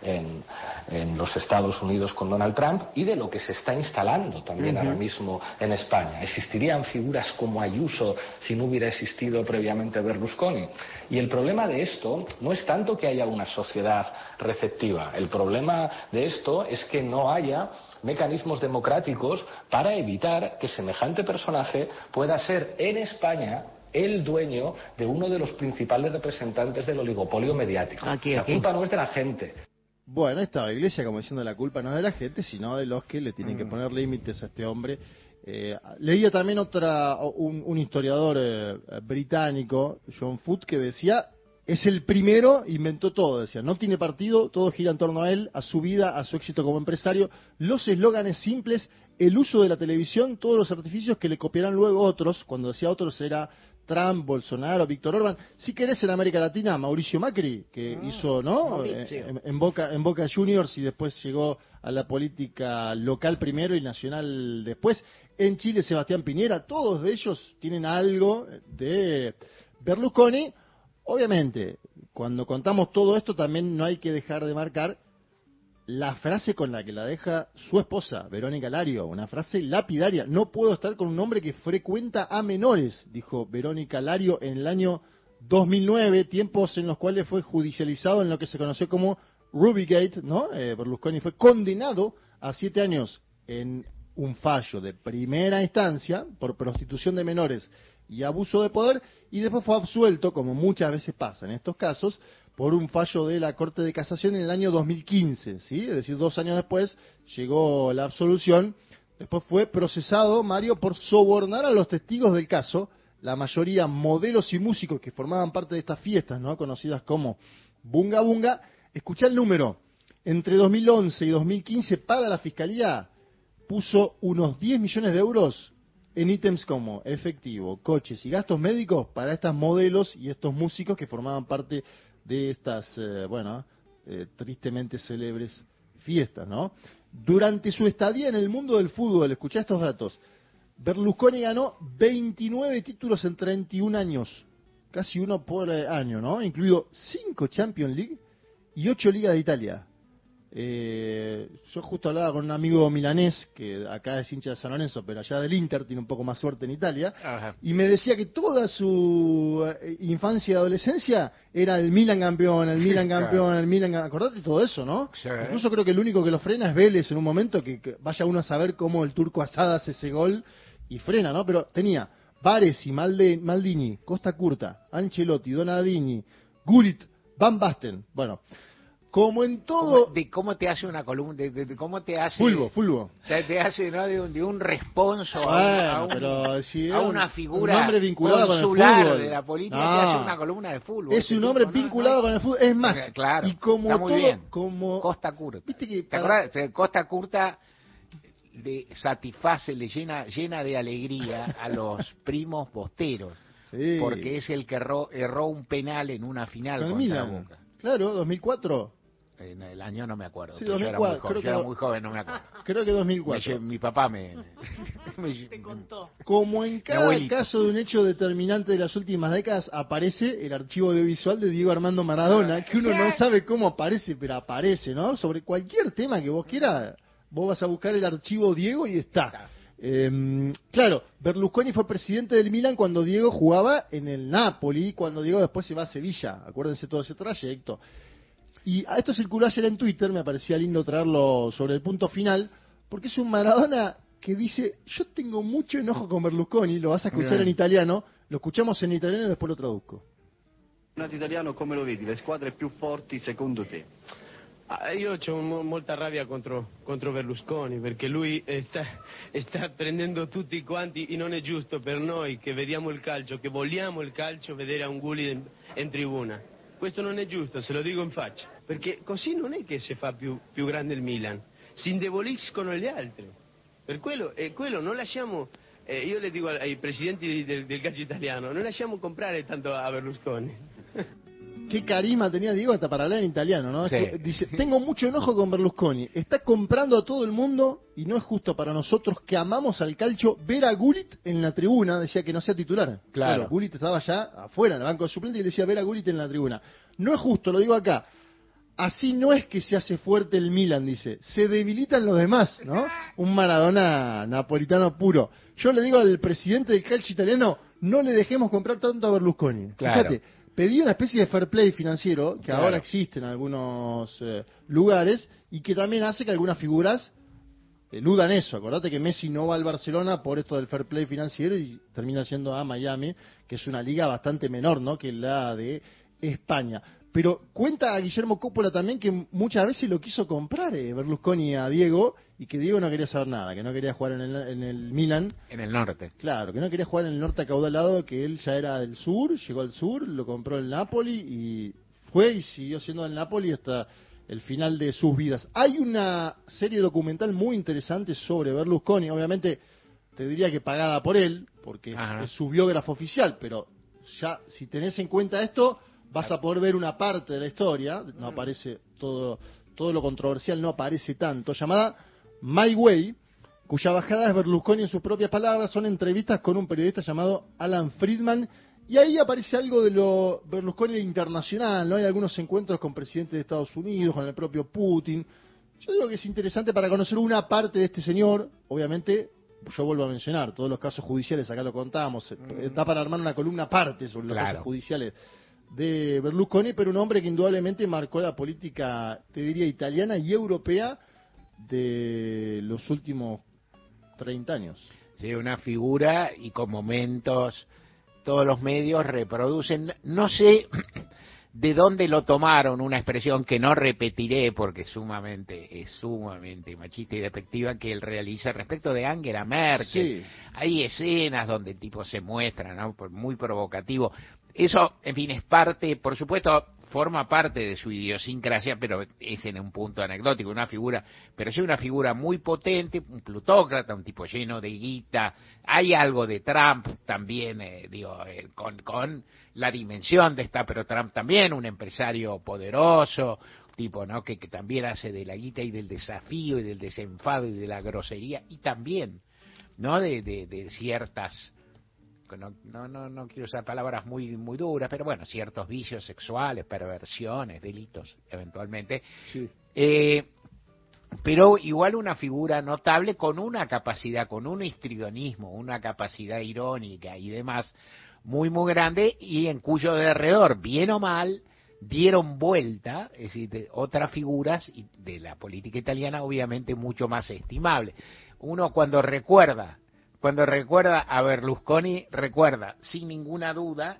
en los Estados Unidos con Donald Trump y de lo que se está instalando también ahora mismo en España. ¿Existirían figuras como Ayuso si no hubiera existido previamente Berlusconi? Y el problema de esto no es tanto que haya una sociedad receptiva, el problema de esto es que no haya mecanismos democráticos para evitar que semejante personaje pueda ser en España el dueño de uno de los principales representantes del oligopolio mediático. La culpa no es de la gente. Bueno, estaba Iglesia como diciendo la culpa no es de la gente, sino de los que le tienen que poner límites a este hombre. Leía también un historiador británico, John Foote, que decía, es el primero, inventó todo, decía, no tiene partido, todo gira en torno a él, a su vida, a su éxito como empresario, los eslóganes simples, el uso de la televisión, todos los artificios que le copiarán luego otros, cuando decía otros era Trump, Bolsonaro, Víctor Orbán, si querés en América Latina, Mauricio Macri, que hizo, ¿no? En Boca Juniors y después llegó a la política local primero y nacional después. En Chile, Sebastián Piñera, todos de ellos tienen algo de Berlusconi. Obviamente, cuando contamos todo esto también no hay que dejar de marcar la frase con la que la deja su esposa, Verónica Lario, una frase lapidaria. No puedo estar con un hombre que frecuenta a menores, dijo Verónica Lario en el año 2009, tiempos en los cuales fue judicializado en lo que se conoció como Rubygate, ¿no? Berlusconi fue condenado a 7 años en un fallo de primera instancia por prostitución de menores y abuso de poder, y después fue absuelto, como muchas veces pasa en estos casos, por un fallo de la Corte de Casación en el año 2015, ¿sí? Es decir, 2 años después llegó la absolución Después fue procesado, Mario, por sobornar a los testigos del caso, la mayoría modelos y músicos que formaban parte de estas fiestas, ¿no?, conocidas como Bunga Bunga. Escuchá el número. Entre 2011 y 2015, para la Fiscalía, puso unos 10 millones de euros en ítems como efectivo, coches y gastos médicos para estas modelos y estos músicos que formaban parte de estas, tristemente célebres fiestas, ¿no? Durante su estadía en el mundo del fútbol, escuchá estos datos, Berlusconi ganó 29 títulos en 31 años, casi uno por año, ¿no? Incluido 5 Champions League y 8 Ligas de Italia. Yo justo hablaba con un amigo milanés, que acá es hincha de San Lorenzo, pero allá del Inter, tiene un poco más suerte en Italia, y me decía que toda su infancia y adolescencia era el Milan campeón, el Milan campeón, el Milan campeón. Acordate de todo eso, ¿no? Sí. Incluso creo que el único que lo frena es Vélez en un momento, que vaya uno a saber cómo el turco Asada hace ese gol y frena, ¿no? Pero tenía Baresi, Maldini, Costa Curta, Ancelotti, Donadini, Gullit, Van Basten, bueno... Como en todo... ¿Cómo te hace una columna? ¿Cómo te hace...? Fulvo. Te hace, ¿no?, de un responso a una figura un hombre vinculado consular con el fútbol de la política, te hace una columna de fútbol. Es un hombre vinculado con el fútbol. Es más, claro, y como está muy todo... bien. Como... Costa Curta. ¿Viste que ¿Te acuerdas? Costa Curta le satisface, le llena de alegría a los primos bosteros. Sí. Porque es el que erró un penal en una final con contra Milan. Boca. Claro, 2004. En el año no me acuerdo. Sí, yo 2004, era muy joven, no me acuerdo. Creo que 2004. Mi papá me te contó. Como en cada caso de un hecho determinante de las últimas décadas, aparece el archivo audiovisual de Diego Armando Maradona, que uno no sabe cómo aparece, pero aparece, ¿no? Sobre cualquier tema que vos quieras, vos vas a buscar el archivo Diego y está. Claro, Berlusconi fue presidente del Milan cuando Diego jugaba en el Napoli, cuando Diego después se va a Sevilla. Acuérdense todo ese trayecto. Y a esto circuló ayer en Twitter, me parecía lindo traerlo sobre el punto final, porque es un Maradona que dice, yo tengo mucho enojo con Berlusconi, lo vas a escuchar en italiano, lo escuchamos en italiano y después lo traduzco. In italiano, come lo vedi? Le squadre più forti secondo te? Io ho molta rabbia contro Berlusconi, perché lui sta prendendo tutti quanti e non è giusto per noi che vediamo il calcio, che vogliamo il calcio, vedere a un Gullit in tribuna. Questo non è giusto, se lo dico in faccia, perché così non è che si fa più grande il Milan, si indeboliscono gli altri. Per quello non lasciamo, io le dico ai presidenti del calcio italiano, non lasciamo comprare tanto a Berlusconi. Qué carisma tenía Diego hasta para hablar en italiano, ¿no? Sí. Dice, tengo mucho enojo con Berlusconi, está comprando a todo el mundo y no es justo para nosotros que amamos al calcio ver a Gullit en la tribuna, decía que no sea titular. Claro, Gullit estaba ya afuera en el banco de suplente y le decía ver a Gullit en la tribuna. No es justo, lo digo acá. Así no es que se hace fuerte el Milan, dice, se debilitan los demás, ¿no? Un Maradona napolitano puro. Yo le digo al presidente del calcio italiano, no le dejemos comprar tanto a Berlusconi. Claro. Fíjate, pedía una especie de fair play financiero, que ahora existe en algunos lugares, y que también hace que algunas figuras eludan eso. Acordate que Messi no va al Barcelona por esto del fair play financiero y termina yendo a Miami, que es una liga bastante menor, ¿no?, que la de España. Pero cuenta a Guillermo Coppola también que muchas veces lo quiso comprar Berlusconi a Diego, y que Diego no quería saber nada, que no quería jugar en el Milan. En el norte. Claro, que no quería jugar en el norte acaudalado, que él ya era del sur, llegó al sur, lo compró el Napoli y fue y siguió siendo del Napoli hasta el final de sus vidas. Hay una serie documental muy interesante sobre Berlusconi, obviamente te diría que pagada por él, porque es su biógrafo oficial, pero ya si tenés en cuenta esto, vas a poder ver una parte de la historia, no aparece todo lo controversial, no aparece tanto, llamada My Way, cuya bajada es Berlusconi en sus propias palabras. Son entrevistas con un periodista llamado Alan Friedman, y ahí aparece algo de lo Berlusconi internacional, ¿no? Hay algunos encuentros con presidentes de Estados Unidos, con el propio Putin. Yo digo que es interesante para conocer una parte de este señor. Obviamente, yo vuelvo a mencionar, todos los casos judiciales, acá lo contamos, está para armar una columna aparte sobre los casos judiciales de Berlusconi, pero un hombre que indudablemente marcó la política, te diría, italiana y europea de los últimos 30 años. Sí, una figura, y con momentos todos los medios reproducen, no sé de dónde lo tomaron, una expresión que no repetiré porque es sumamente machista y despectiva, que él realiza respecto de Angela Merkel. Sí. Hay escenas donde el tipo se muestra, ¿no? Muy provocativo. Eso, en fin, es parte, por supuesto, forma parte de su idiosincrasia, pero es en un punto anecdótico, una figura muy potente, un plutócrata, un tipo lleno de guita. Hay algo de Trump también, con la dimensión de esta, pero Trump también, un empresario poderoso, tipo, ¿no? Que también hace de la guita y del desafío y del desenfado y de la grosería, y también, ¿no? De ciertas, no quiero usar palabras muy duras, pero bueno, ciertos vicios sexuales, perversiones, delitos, eventualmente. Sí. Pero igual una figura notable con una capacidad, con un histrionismo, una capacidad irónica y demás muy grande, y en cuyo derredor, bien o mal, dieron vuelta, es decir, de otras figuras de la política italiana, obviamente mucho más estimables. Uno cuando recuerda a Berlusconi, recuerda sin ninguna duda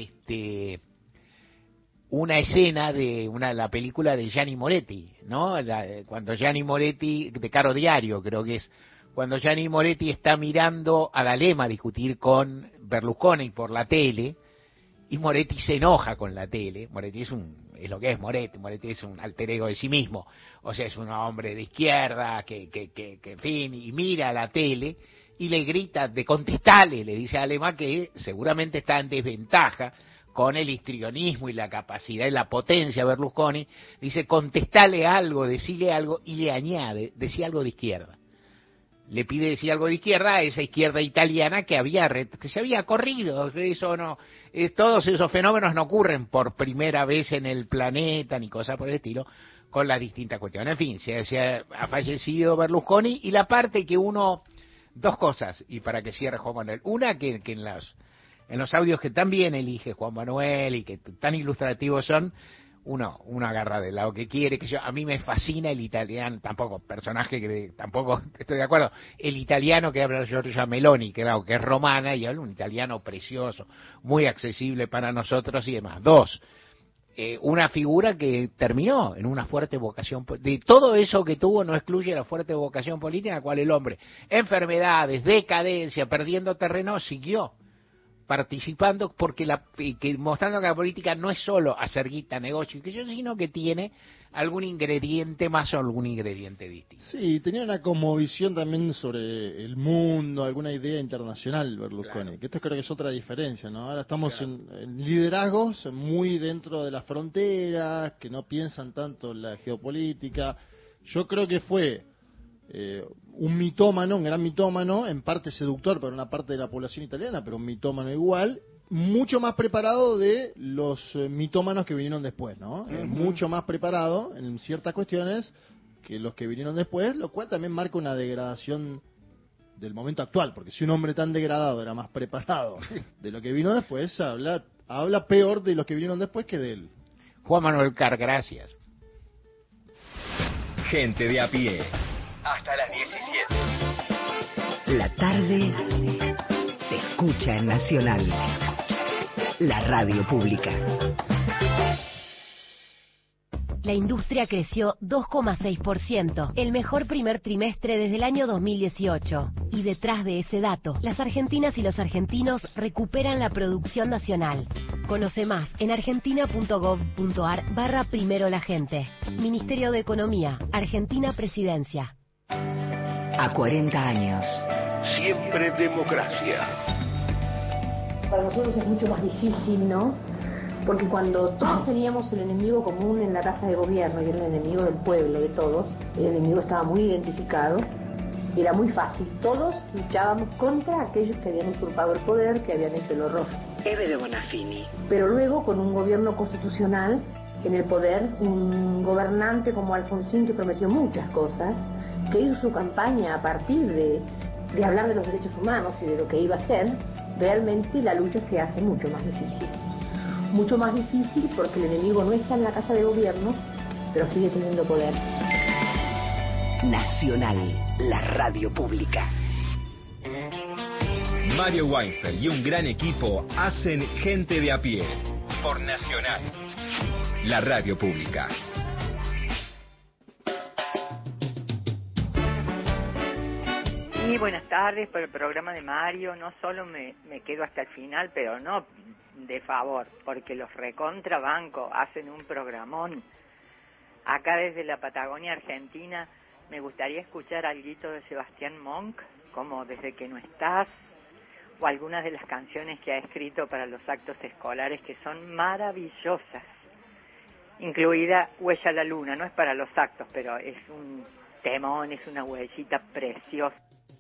una escena de la película de Gianni Moretti, ¿no? Cuando Gianni Moretti, de Caro Diario creo que es, cuando Gianni Moretti está mirando a D'Alema discutir con Berlusconi por la tele, y Moretti se enoja con la tele. Moretti es lo que es Moretti es un alter ego de sí mismo, o sea, es un hombre de izquierda que en fin, y mira la tele y le grita de contestale, le dice a D'Alema, que seguramente está en desventaja con el histrionismo y la capacidad y la potencia de Berlusconi, dice contestale algo, decile algo, y le añade, decía algo de izquierda. Le pide decir algo de izquierda a esa izquierda italiana que se había corrido. Eso no, todos esos fenómenos no ocurren por primera vez en el planeta ni cosas por el estilo, con las distintas cuestiones. En fin, ha fallecido Berlusconi, y la parte que dos cosas, y para que cierre Juan Manuel. Una, que en los audios que también elige Juan Manuel y que tan ilustrativos son, uno agarra del lado que quiere, a mí me fascina el italiano, tampoco estoy de acuerdo, el italiano que habla Giorgia Meloni, que es romana, y habla un italiano precioso, muy accesible para nosotros y demás. Dos, una figura que terminó en una fuerte vocación, de todo eso que tuvo no excluye la fuerte vocación política, en la cual el hombre, enfermedades, decadencia, perdiendo terreno, siguió participando, mostrando que la política no es solo hacer guita, negocio, sino que tiene algún ingrediente más o algún ingrediente distinto. Sí, tenía una cosmovisión también sobre el mundo, alguna idea internacional Berlusconi, claro. Que esto creo que es otra diferencia, ¿no? Ahora estamos en liderazgos muy dentro de las fronteras, que no piensan tanto en la geopolítica. Yo creo que fue un mitómano, un gran mitómano, en parte seductor para una parte de la población italiana, pero un mitómano igual, mucho más preparado de los mitómanos que vinieron después, ¿no? Uh-huh. Mucho más preparado en ciertas cuestiones que los que vinieron después, lo cual también marca una degradación del momento actual, porque si un hombre tan degradado era más preparado de lo que vino después, habla peor de los que vinieron después que de él. Juan Manuel Carr, gracias. Gente de a pie. Hasta las 17. La tarde se escucha en Nacional, la radio pública. La industria creció 2,6%, el mejor primer trimestre desde el año 2018. Y detrás de ese dato, las argentinas y los argentinos recuperan la producción nacional. Conoce más en argentina.gov.ar/primero la gente. Ministerio de Economía, Argentina Presidencia. A 40 años. Siempre democracia. Para nosotros es mucho más difícil, ¿no? Porque cuando todos teníamos el enemigo común en la casa de gobierno, y era el enemigo del pueblo, de todos, el enemigo estaba muy identificado, y era muy fácil. Todos luchábamos contra aquellos que habían usurpado el poder, que habían hecho el horror. Eve de Bonafini. Pero luego, con un gobierno constitucional en el poder, un gobernante como Alfonsín, que prometió muchas cosas, que hizo su campaña a partir de hablar de los derechos humanos y de lo que iba a hacer, realmente la lucha se hace mucho más difícil. Mucho más difícil porque el enemigo no está en la casa de gobierno, pero sigue teniendo poder. Nacional, la radio pública. Mario Weinfeld y un gran equipo hacen Gente de a pie. por Nacional, la radio pública. Y buenas tardes por el programa de Mario. No solo me quedo hasta el final, pero no de favor, porque los recontrabanco hacen un programón. Acá desde la Patagonia Argentina me gustaría escuchar alguito de Sebastián Monk, como Desde que no estás, o algunas de las canciones que ha escrito para los actos escolares, que son maravillosas, incluida Huella a la Luna. No es para los actos, pero es un temón, es una huellita preciosa.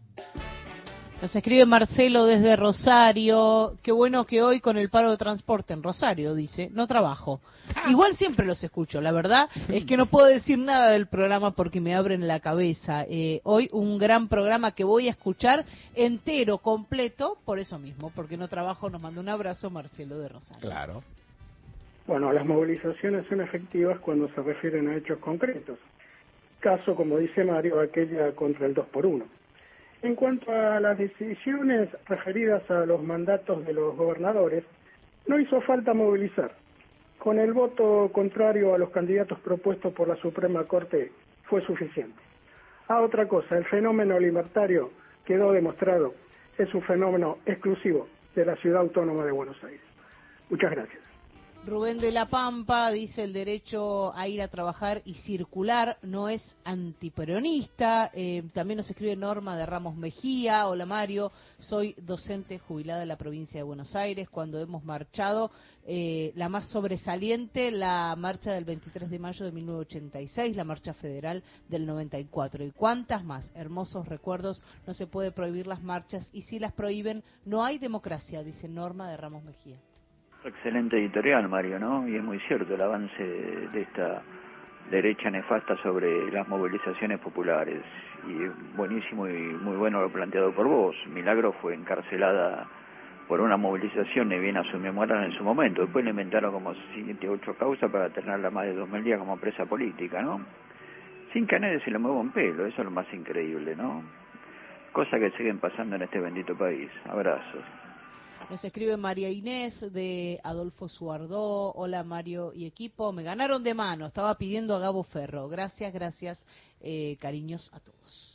Nos escribe Marcelo desde Rosario. Qué bueno que hoy con el paro de transporte en Rosario, dice, no trabajo. Igual siempre los escucho, la verdad es que no puedo decir nada del programa porque me abren la cabeza. Hoy un gran programa que voy a escuchar entero, completo, por eso mismo, porque no trabajo. Nos manda un abrazo Marcelo de Rosario. Claro. Bueno, las movilizaciones son efectivas cuando se refieren a hechos concretos. Caso, como dice Mario, aquella contra el 2x1. En cuanto a las decisiones referidas a los mandatos de los gobernadores, no hizo falta movilizar. Con el voto contrario a los candidatos propuestos por la Suprema Corte fue suficiente. Otra cosa, el fenómeno libertario quedó demostrado, es un fenómeno exclusivo de la Ciudad Autónoma de Buenos Aires. Muchas gracias. Rubén de la Pampa dice: el derecho a ir a trabajar y circular no es antiperonista. También nos escribe Norma de Ramos Mejía. Hola Mario, soy docente jubilada de la provincia de Buenos Aires. Cuando hemos marchado, la más sobresaliente, la marcha del 23 de mayo de 1986, la marcha federal del 94. ¿Y cuántas más? Hermosos recuerdos. No se puede prohibir las marchas y si las prohíben no hay democracia, dice Norma de Ramos Mejía. Excelente editorial, Mario, ¿no? Y es muy cierto el avance de esta derecha nefasta sobre las movilizaciones populares. Y buenísimo y muy bueno lo planteado por vos. Milagro fue encarcelada por una movilización, ni bien asumió Morán en su momento. Después le inventaron como 7 u 8 causas para tenerla más de 2000 días como presa política, ¿no? Sin que a nadie se le mueva un pelo, eso es lo más increíble, ¿no? Cosas que siguen pasando en este bendito país. Abrazos. Nos escribe María Inés de Adolfo Suardó. Hola Mario y equipo, me ganaron de mano, estaba pidiendo a Gabo Ferro. Gracias, cariños a todos.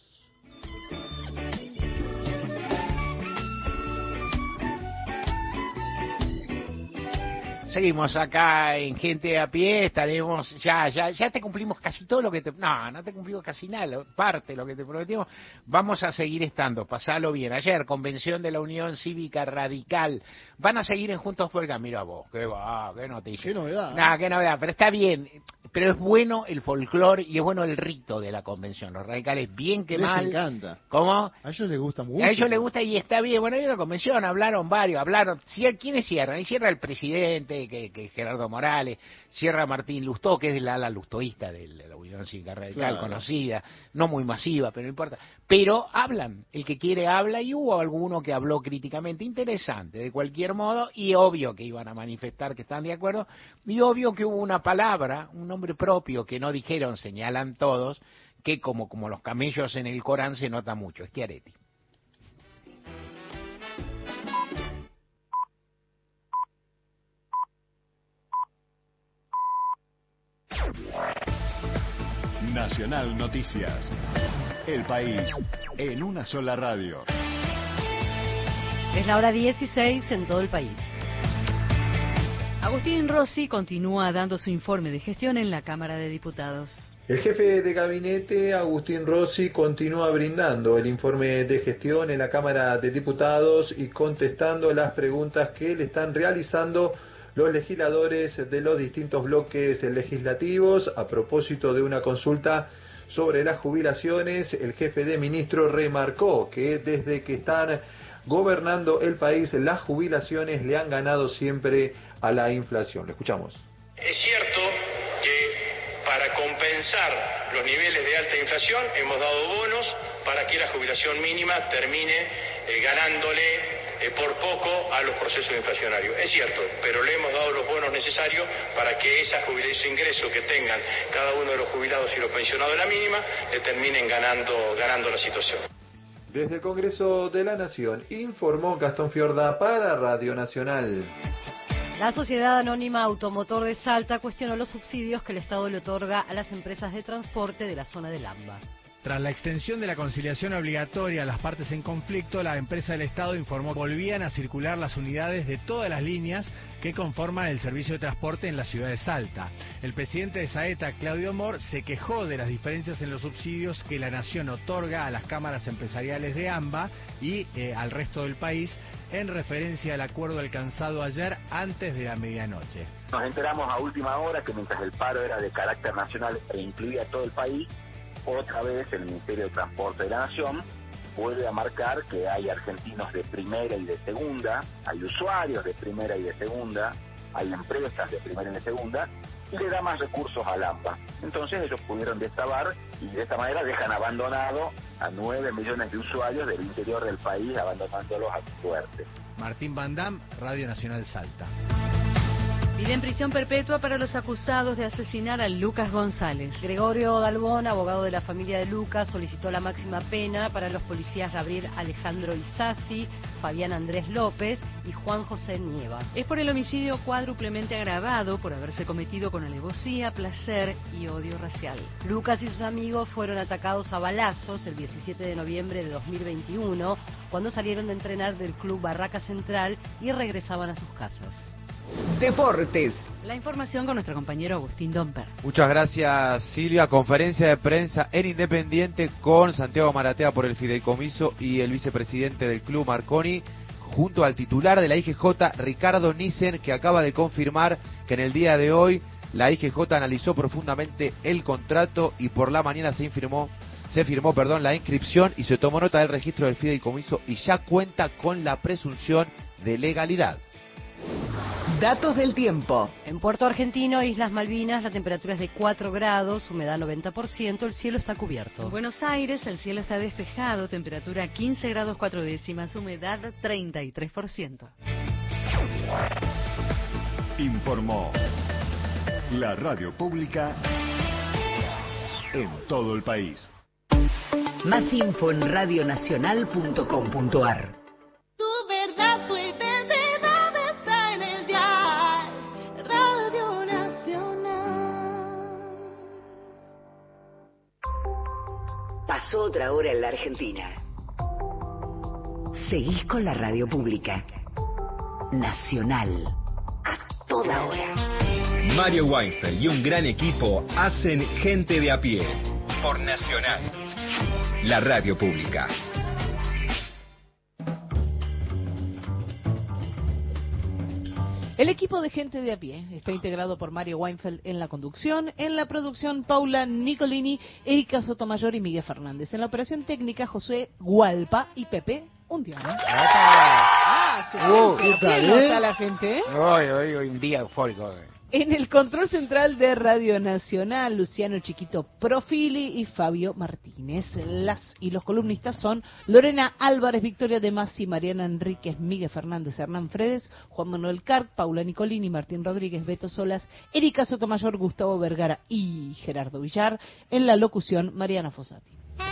Seguimos acá en Gente a Pie, estaremos, ya te cumplimos casi todo lo que te, no te cumplimos casi nada, parte de lo que te prometimos, vamos a seguir estando, pasalo bien. Ayer, convención de la Unión Cívica Radical, van a seguir en Juntos por el Cambio. Mira vos, qué noticia. Qué novedad. Qué novedad, pero está bien, pero es bueno el folclore y es bueno el rito de la convención, los radicales, bien que mal. Les encanta. ¿Cómo? A ellos les gusta mucho. A ellos les gusta y está bien, bueno, hay una convención, hablaron varios, ¿quiénes cierran? Ahí cierra el presidente, que Gerardo Morales, cierra Martín Lustó, que es la ala lustoísta de la Unión Cívica Radical, claro, conocida, no muy masiva, pero no importa. Pero hablan, el que quiere habla, y hubo alguno que habló críticamente, interesante, de cualquier modo, y obvio que iban a manifestar que están de acuerdo, y obvio que hubo una palabra, un nombre propio que no dijeron, señalan todos, que como los camellos en el Corán se nota mucho, es Schiaretti. Nacional Noticias. El país en una sola radio. Es la hora 16 en todo el país. Agustín Rossi continúa dando su informe de gestión en la Cámara de Diputados. El jefe de gabinete, Agustín Rossi, continúa brindando el informe de gestión en la Cámara de Diputados y contestando las preguntas que le están realizando los legisladores de los distintos bloques legislativos. A propósito de una consulta sobre las jubilaciones, el jefe de ministros remarcó que desde que están gobernando el país, las jubilaciones le han ganado siempre a la inflación. Lo escuchamos. Es cierto que para compensar los niveles de alta inflación hemos dado bonos para que la jubilación mínima termine ganándole por poco a los procesos inflacionarios. Es cierto, pero le hemos dado los bonos necesarios para que ese ingreso que tengan cada uno de los jubilados y los pensionados de la mínima le terminen ganando la situación. Desde el Congreso de la Nación, informó Gastón Fiorda para Radio Nacional. La Sociedad Anónima Automotor de Salta cuestionó los subsidios que el Estado le otorga a las empresas de transporte de la zona del AMBA. Tras la extensión de la conciliación obligatoria a las partes en conflicto, la empresa del Estado informó que volvían a circular las unidades de todas las líneas que conforman el servicio de transporte en la ciudad de Salta. El presidente de Saeta, Claudio Mor, se quejó de las diferencias en los subsidios que la Nación otorga a las cámaras empresariales de AMBA y al resto del país, en referencia al acuerdo alcanzado ayer antes de la medianoche. Nos enteramos a última hora que mientras el paro era de carácter nacional e incluía todo el país, otra vez el Ministerio de Transporte de la Nación vuelve a marcar que hay argentinos de primera y de segunda, hay usuarios de primera y de segunda, hay empresas de primera y de segunda, y le da más recursos al AMBA. Entonces ellos pudieron destrabar y de esta manera dejan abandonado a 9 millones de usuarios del interior del país, abandonándolos a su suerte. Martín Van Dam, Radio Nacional Salta. Piden prisión perpetua para los acusados de asesinar a Lucas González. Gregorio Galvón, abogado de la familia de Lucas, solicitó la máxima pena para los policías Gabriel Alejandro Isasi, Fabián Andrés López y Juan José Nieva. Es por el homicidio cuádruplemente agravado por haberse cometido con alevosía, placer y odio racial. Lucas y sus amigos fueron atacados a balazos el 17 de noviembre de 2021, cuando salieron de entrenar del club Barraca Central y regresaban a sus casas. Deportes. La información con nuestro compañero Agustín Domper. Muchas gracias, Silvia. Conferencia de prensa en Independiente con Santiago Maratea por el fideicomiso y el vicepresidente del club, Marconi, junto al titular de la IGJ, Ricardo Nissen, que acaba de confirmar que en el día de hoy la IGJ analizó profundamente el contrato y por la mañana se firmó la inscripción y se tomó nota del registro del fideicomiso y ya cuenta con la presunción de legalidad. Datos del tiempo. En Puerto Argentino, Islas Malvinas, la temperatura es de 4 grados, humedad 90%, el cielo está cubierto. En Buenos Aires, el cielo está despejado, temperatura 15 grados 4 décimas, humedad 33%. Informó la radio pública en todo el país. Más info en radionacional.com.ar. Tu verdad, tu identidad está en el dial Radio Nacional. Pasó otra hora en la Argentina. Seguís con la radio pública. Nacional. A toda hora. Mario Weinfeld y un gran equipo hacen Gente de a pie. Por Nacional. La radio pública. El equipo de Gente de a pie está integrado por Mario Weinfeld en la conducción, en la producción Paula Nicolini, Erika Sotomayor y Miguel Fernández. En la operación técnica Josué Gualpa y Pepe Undiano. ¿Qué tal, está la gente? Hoy un día eufórico. En el control central de Radio Nacional, Luciano Chiquito Profili y Fabio Martínez. Los columnistas son Lorena Álvarez, Victoria de Masi, Mariana Enríquez, Miguel Fernández, Hernán Fredes, Juan Manuel Carp, Paula Nicolini, Martín Rodríguez, Beto Solas, Erika Sotomayor, Gustavo Vergara y Gerardo Villar. En la locución, Mariana Fossati.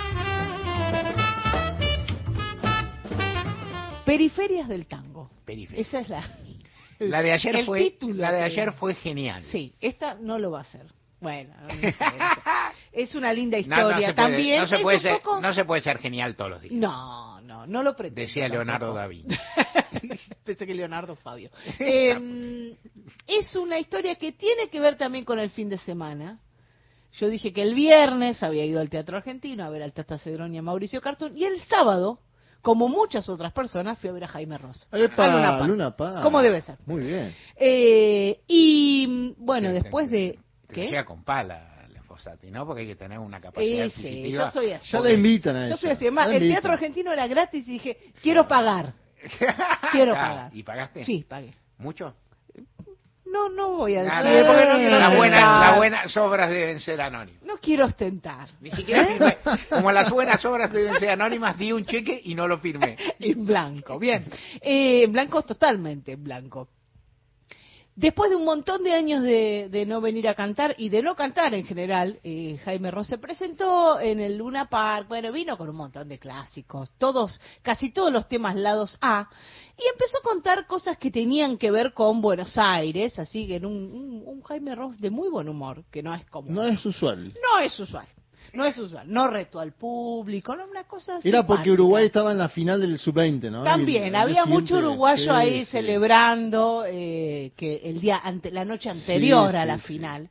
Periferias del tango. Esa es la de ayer fue genial. Sí, esta no lo va a hacer. Bueno, es una linda historia. También no se puede ser genial todos los días. No lo pretendo. Decía Leonardo da Vinci. Pensé que Leonardo Fabio. Es una historia que tiene que ver también con el fin de semana. Yo dije que el viernes había ido al Teatro Argentino a ver al Tata Cedrón y a Mauricio Cartún, y el sábado, como muchas otras personas, fui a ver a Jaime Ross. Luna Paz. ¿Cómo debe ser? Muy bien. Y bueno, después de... ¿Qué? Llega con pala la Fossati, ¿no? Porque hay que tener una capacidad adquisitiva. Yo soy así. Ya la invitan a eso. Yo soy así. Además, el Teatro Argentino era gratis y dije, quiero pagar. Pagar. ¿Y pagaste? Sí, pagué. ¿Mucho? No voy a decir. Porque no quiero las buenas obras deben ser anónimas. No quiero ostentar. Ni siquiera firmé. Como las buenas obras deben ser anónimas, di un cheque y no lo firmé. En blanco, bien. En blanco, totalmente en blanco. Después de un montón de años de no venir a cantar y de no cantar en general, Jaime Ross se presentó en el Luna Park. Bueno, vino con un montón de clásicos, casi todos los temas lados A, y empezó a contar cosas que tenían que ver con Buenos Aires, así que en un Jaime Ross de muy buen humor, que no es común. No es usual. No es usual. No es usual, no retó al público, no una cosa Era simpática. porque Uruguay estaba en la final del Sub-20, ¿no? También, había mucho uruguayo ahí sí. celebrando que el día la noche anterior a la final.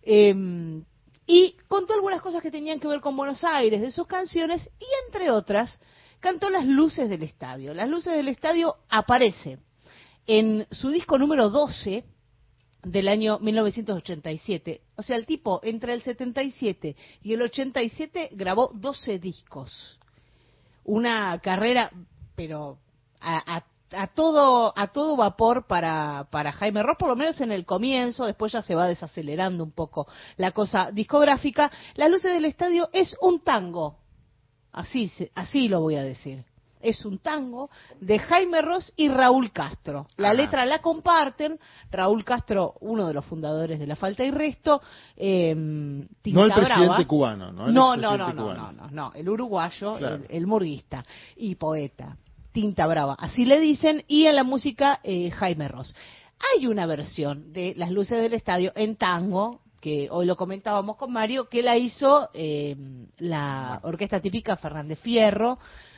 Y contó algunas cosas que tenían que ver con Buenos Aires, de sus canciones, y entre otras, cantó Las Luces del Estadio. Las Luces del Estadio aparece en su disco número 12, del año 1987. O sea, el tipo entre el 77 y el 87 grabó 12 discos. Una carrera, pero a todo vapor para Jaime Ross, por lo menos en el comienzo. Después ya se va desacelerando un poco la cosa discográfica. Las Luces del Estadio es un tango. Así lo voy a decir. Es un tango de Jaime Ross y Raúl Castro. La letra la comparten. Raúl Castro, uno de los fundadores de La Falta y Resto. Tinta no el presidente Brava. Cubano, ¿no? No. El uruguayo, claro. el murguista y poeta. Tinta Brava, así le dicen. Y en la música, Jaime Ross. Hay una versión de Las Luces del Estadio en tango, que hoy lo comentábamos con Mario, que la hizo la orquesta típica Fernández Fierro,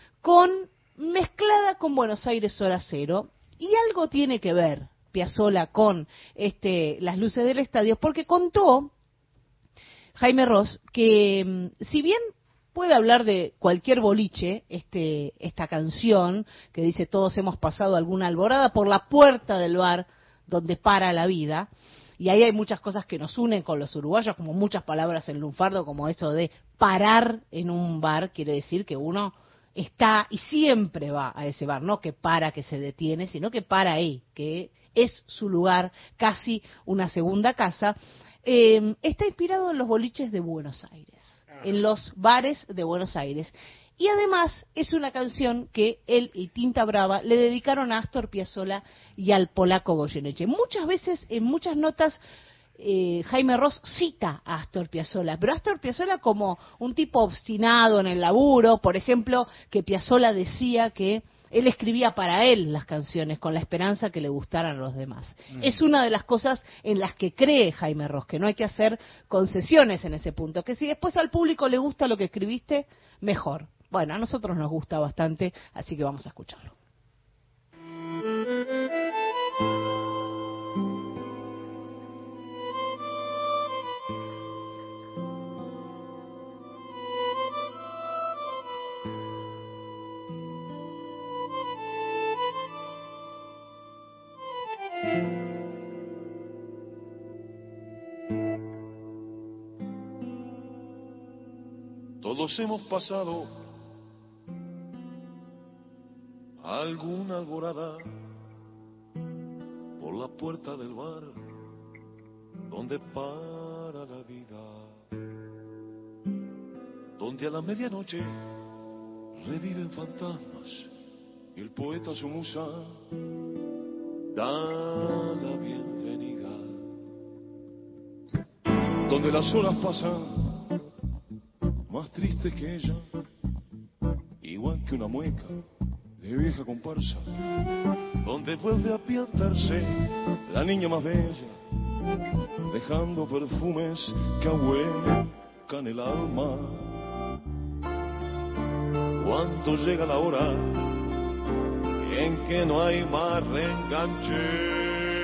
mezclada con Buenos Aires Hora Cero, y algo tiene que ver Piazzolla con Las Luces del Estadio, porque contó Jaime Ross que si bien puede hablar de cualquier boliche, esta canción que dice todos hemos pasado alguna alborada por la puerta del bar donde para la vida, y ahí hay muchas cosas que nos unen con los uruguayos, como muchas palabras en lunfardo, como eso de parar en un bar, quiere decir que uno está y siempre va a ese bar, no que para, que se detiene, sino que para ahí, que es su lugar, casi una segunda casa. Está inspirado en los boliches de Buenos Aires, en los bares de Buenos Aires. Y además es una canción que él y Tinta Brava le dedicaron a Astor Piazzolla y al polaco Goyeneche. Muchas veces, en muchas notas, Jaime Ross cita a Astor Piazzolla, pero Astor Piazzolla como un tipo obstinado en el laburo. Por ejemplo, que Piazzolla decía que él escribía para él las canciones con la esperanza que le gustaran a los demás. Es una de las cosas en las que cree Jaime Ross, que no hay que hacer concesiones en ese punto, que si después al público le gusta lo que escribiste, mejor. Bueno, a nosotros nos gusta bastante, así que vamos a escucharlo. Todos hemos pasado alguna alborada por la puerta del bar donde para la vida, donde a la medianoche reviven fantasmas y el poeta su musa da la bienvenida, donde las horas pasan más triste que ella, igual que una mueca de vieja comparsa, donde vuelve a apiantarse la niña más bella, dejando perfumes que ahuecan el alma. Cuando llega la hora en que no hay más reenganche,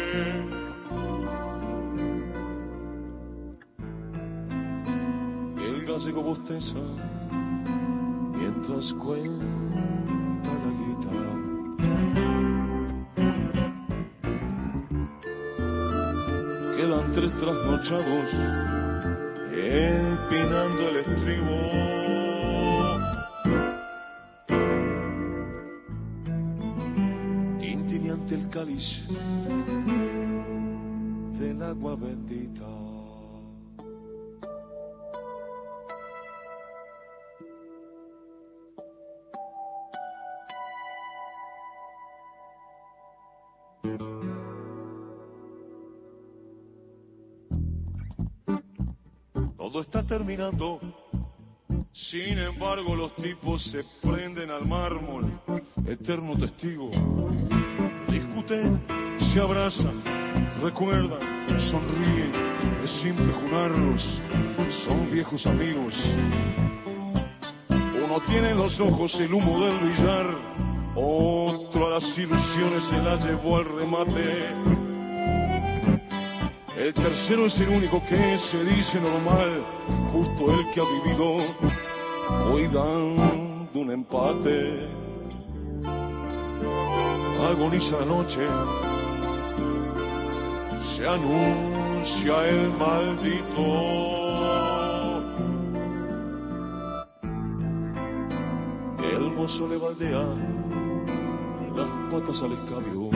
gallego bosteza mientras cuenta la guitarra. Quedan 3 trasnochados empinando el estribo, tintineante el cáliz del agua bendita. todo está terminando. Sin embargo, los tipos se prenden al mármol, eterno testigo. Discuten, se abrazan, recuerdan, sonríen. Es simple jurarlos, son viejos amigos. Uno tiene en los ojos el humo del billar, otro a las ilusiones se las llevó al remate. El tercero es el único que se dice normal, justo el que ha vivido hoy dando un empate. Agoniza la noche, se anuncia el maldito. El mozo le baldea las patas al escabio.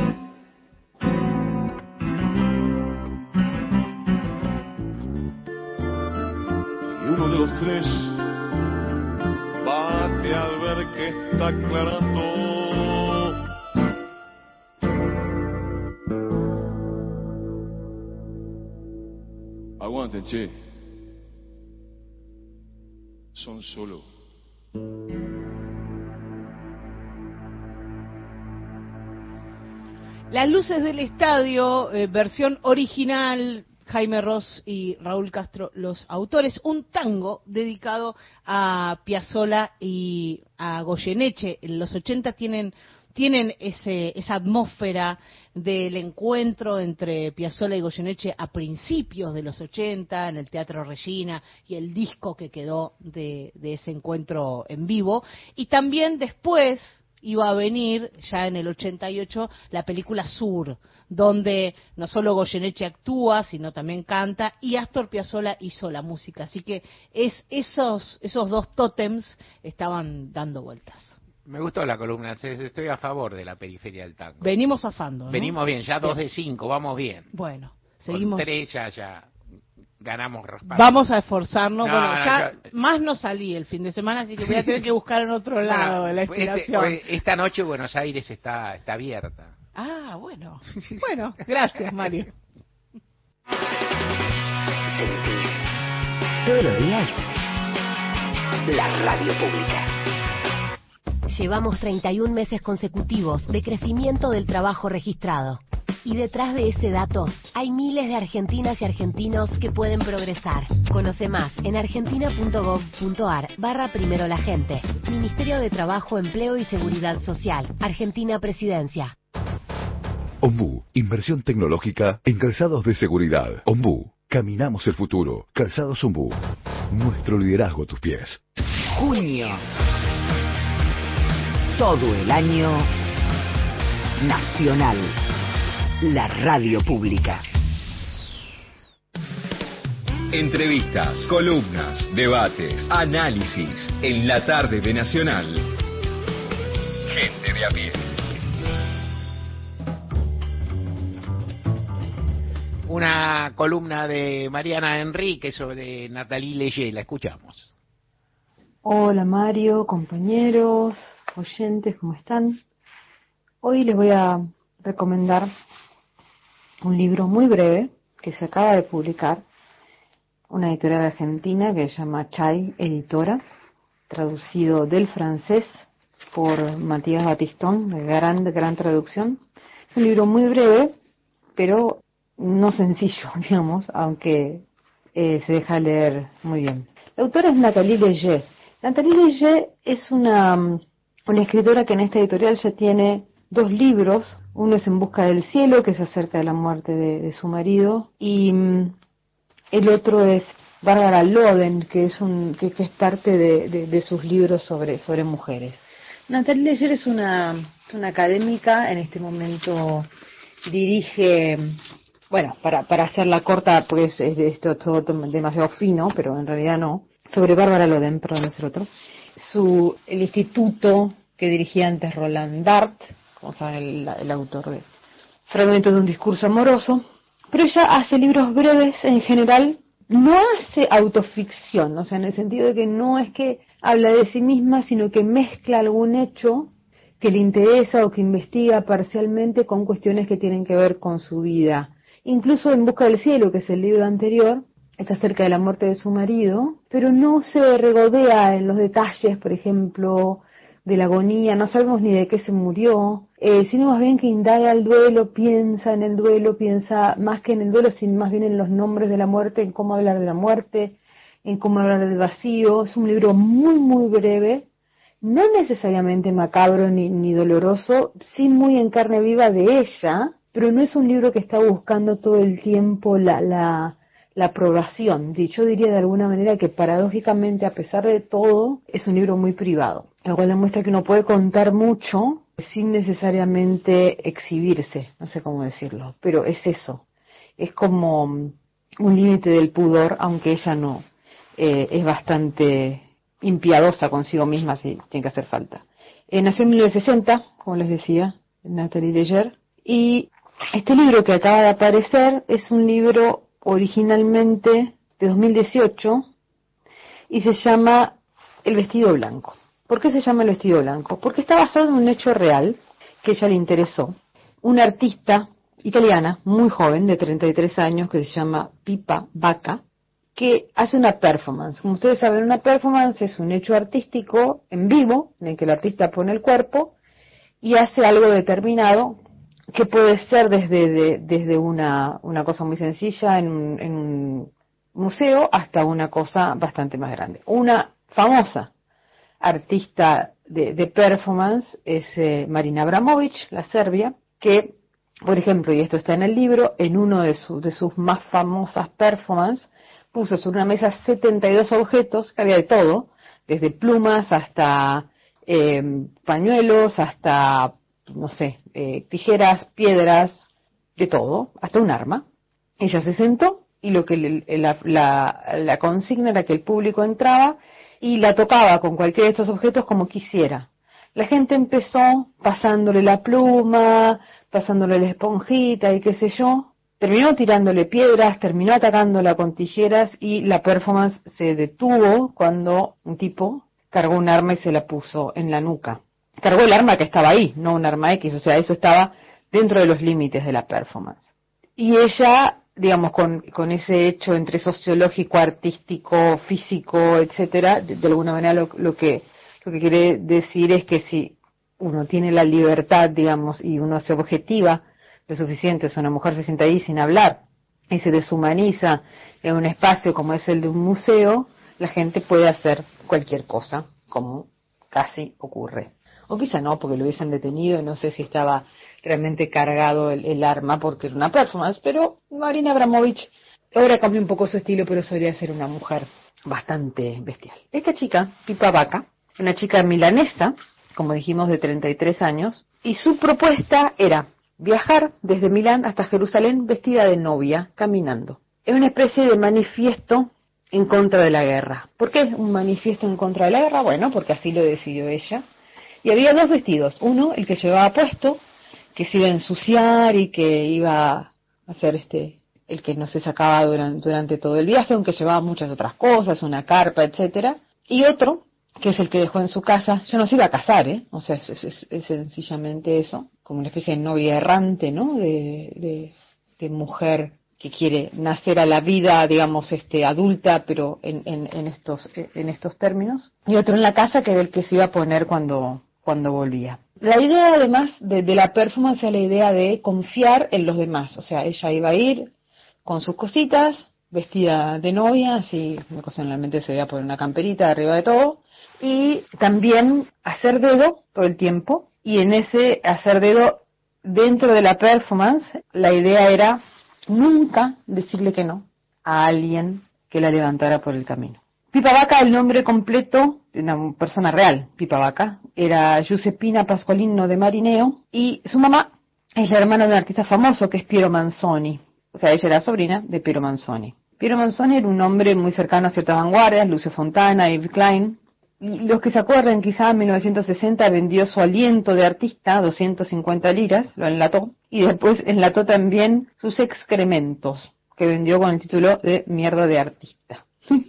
Y uno de los tres bate al ver que está aclarando. Aguanten, che. Son solo. Las luces del estadio, versión original, Jaime Ross y Raúl Castro, los autores, un tango dedicado a Piazzolla y a Goyeneche. En los 80 tienen esa atmósfera del encuentro entre Piazzolla y Goyeneche a principios de los 80 en el Teatro Regina, y el disco que quedó de ese encuentro en vivo. Y también después iba a venir, ya en el 88, la película Sur, donde no solo Goyeneche actúa, sino también canta, y Astor Piazzolla hizo la música. Así que esos dos tótems estaban dando vueltas. Me gustó la columna, estoy a favor de la periferia del tango. Venimos zafando, ¿no? Venimos bien, ya 2 de 5, vamos bien. Bueno, seguimos. Con 3 ya ganamos raspando. Vamos a esforzarnos. No, bueno, ya yo... más no salí el fin de semana, así que voy a tener que buscar en otro lado la inspiración. Esta noche Buenos Aires está abierta. Ah, bueno. Bueno, gracias, Mario. Sentís todos los días la radio pública. Llevamos 31 meses consecutivos de crecimiento del trabajo registrado. Y detrás de ese dato hay miles de argentinas y argentinos que pueden progresar. Conoce más en argentina.gov.ar/primero la gente. Ministerio de Trabajo, Empleo y Seguridad Social. Argentina Presidencia. Ombú, inversión tecnológica en calzados de seguridad. Ombú, caminamos el futuro. Calzados Ombú, nuestro liderazgo a tus pies. Junio. Todo el año nacional. La radio pública. Entrevistas, columnas, debates, análisis en la tarde de Nacional. Gente de a pie. Una columna de Mariana Enrique sobre Nathalie Leyé, la escuchamos. Hola Mario, compañeros, oyentes, ¿cómo están? Hoy les voy a recomendar un libro muy breve que se acaba de publicar, una editorial argentina que se llama Chay Editora, traducido del francés por Matías Batistón, de gran traducción. Es un libro muy breve, pero no sencillo, digamos, aunque se deja leer muy bien. La autora es Nathalie Leyé. Nathalie Leyé es una escritora que en esta editorial ya tiene 2 libros. Uno es En busca del cielo, que es acerca de la muerte de su marido, y el otro es Bárbara Loden, que es parte de sus libros sobre mujeres. Nathalie Leyé es una académica, en este momento dirige, bueno, para hacerla corta, pues es todo demasiado fino, pero en realidad no, sobre Bárbara Loden, perdón, es el otro, el instituto que dirigía antes Roland Barthes, como saben, el autor de Fragmentos de un discurso amoroso, pero ella hace libros breves en general, no hace autoficción, o sea, en el sentido de que no es que habla de sí misma, sino que mezcla algún hecho que le interesa o que investiga parcialmente con cuestiones que tienen que ver con su vida. Incluso En busca del cielo, que es el libro anterior, está cerca de la muerte de su marido, pero no se regodea en los detalles, por ejemplo, de la agonía, no sabemos ni de qué se murió, sino más bien que indaga el duelo, piensa en el duelo, piensa más que en el duelo, sino más bien en los nombres de la muerte, en cómo hablar de la muerte, en cómo hablar del vacío. Es un libro muy, muy breve, no necesariamente macabro ni doloroso, sí muy en carne viva de ella, pero no es un libro que está buscando todo el tiempo la aprobación. Yo diría de alguna manera que paradójicamente, a pesar de todo, es un libro muy privado, lo cual demuestra que uno puede contar mucho sin necesariamente exhibirse, no sé cómo decirlo, pero es eso, es como un límite del pudor, aunque ella no, es bastante impiadosa consigo misma si tiene que hacer falta. Nació en 1960, como les decía, Nathalie Leger, y este libro que acaba de aparecer es un libro originalmente de 2018 y se llama El vestido blanco. ¿Por qué se llama El vestido blanco? Porque está basado en un hecho real que a ella le interesó. Una artista italiana muy joven, de 33 años, que se llama Pippa Bacca, que hace una performance. Como ustedes saben, una performance es un hecho artístico en vivo, en el que el artista pone el cuerpo y hace algo determinado, que puede ser desde una cosa muy sencilla en un museo hasta una cosa bastante más grande. Una famosa artista de performance es Marina Abramović, la serbia, que, por ejemplo, y esto está en el libro, en uno de sus más famosas performances, puso sobre una mesa 72 objetos, que había de todo, desde plumas hasta pañuelos, hasta, no sé, tijeras, piedras, de todo, hasta un arma. Ella se sentó y lo que la consigna era que el público entraba y la tocaba con cualquiera de estos objetos como quisiera. La gente empezó pasándole la pluma, pasándole la esponjita y qué sé yo, terminó tirándole piedras, terminó atacándola con tijeras y la performance se detuvo cuando un tipo cargó un arma y se la puso en la nuca. Cargó el arma que estaba ahí, no un arma X, o sea, eso estaba dentro de los límites de la performance. Y ella, digamos, con ese hecho entre sociológico, artístico, físico, etcétera, de alguna manera lo que quiere decir es que si uno tiene la libertad, digamos, y uno se objetiva lo suficiente, o una mujer se sienta ahí sin hablar y se deshumaniza en un espacio como es el de un museo, la gente puede hacer cualquier cosa, como casi ocurre. O quizá no, porque lo hubiesen detenido y no sé si estaba realmente cargado el arma porque era una performance, pero Marina Abramović ahora cambió un poco su estilo, pero solía ser una mujer bastante bestial. Esta chica, Pippa Bacca, una chica milanesa, como dijimos, de 33 años, y su propuesta era viajar desde Milán hasta Jerusalén vestida de novia, caminando. Es una especie de manifiesto en contra de la guerra. ¿Por qué un manifiesto en contra de la guerra? Bueno, porque así lo decidió ella. Y había dos vestidos. Uno, el que llevaba puesto, que se iba a ensuciar y que iba a ser el que no se sacaba durante todo el viaje, aunque llevaba muchas otras cosas, una carpa, etcétera. Y otro, que es el que dejó en su casa, ya no se iba a casar, o sea, es sencillamente eso, como una especie de novia errante, ¿no? De mujer que quiere nacer a la vida, digamos, adulta, pero en estos términos. Y otro en la casa, que era el que se iba a poner cuando volvía. La idea, además, de la performance, es la idea de confiar en los demás. O sea, ella iba a ir con sus cositas, vestida de novia, así, ocasionalmente se iba a poner una camperita arriba de todo, y también hacer dedo todo el tiempo, y en ese hacer dedo, dentro de la performance, la idea era nunca decirle que no a alguien que la levantara por el camino. Pippa Bacca, el nombre completo de una persona real, Pippa Bacca, era Giuseppina Pasqualino de Marineo, y su mamá es la hermana de un artista famoso que es Piero Manzoni. O sea, ella era sobrina de Piero Manzoni. Piero Manzoni era un hombre muy cercano a ciertas vanguardias, Lucio Fontana, Yves Klein. Y los que se acuerdan, quizá en 1960 vendió su aliento de artista, 250 liras, lo enlató, y después enlató también sus excrementos, que vendió con el título de Mierda de Artista.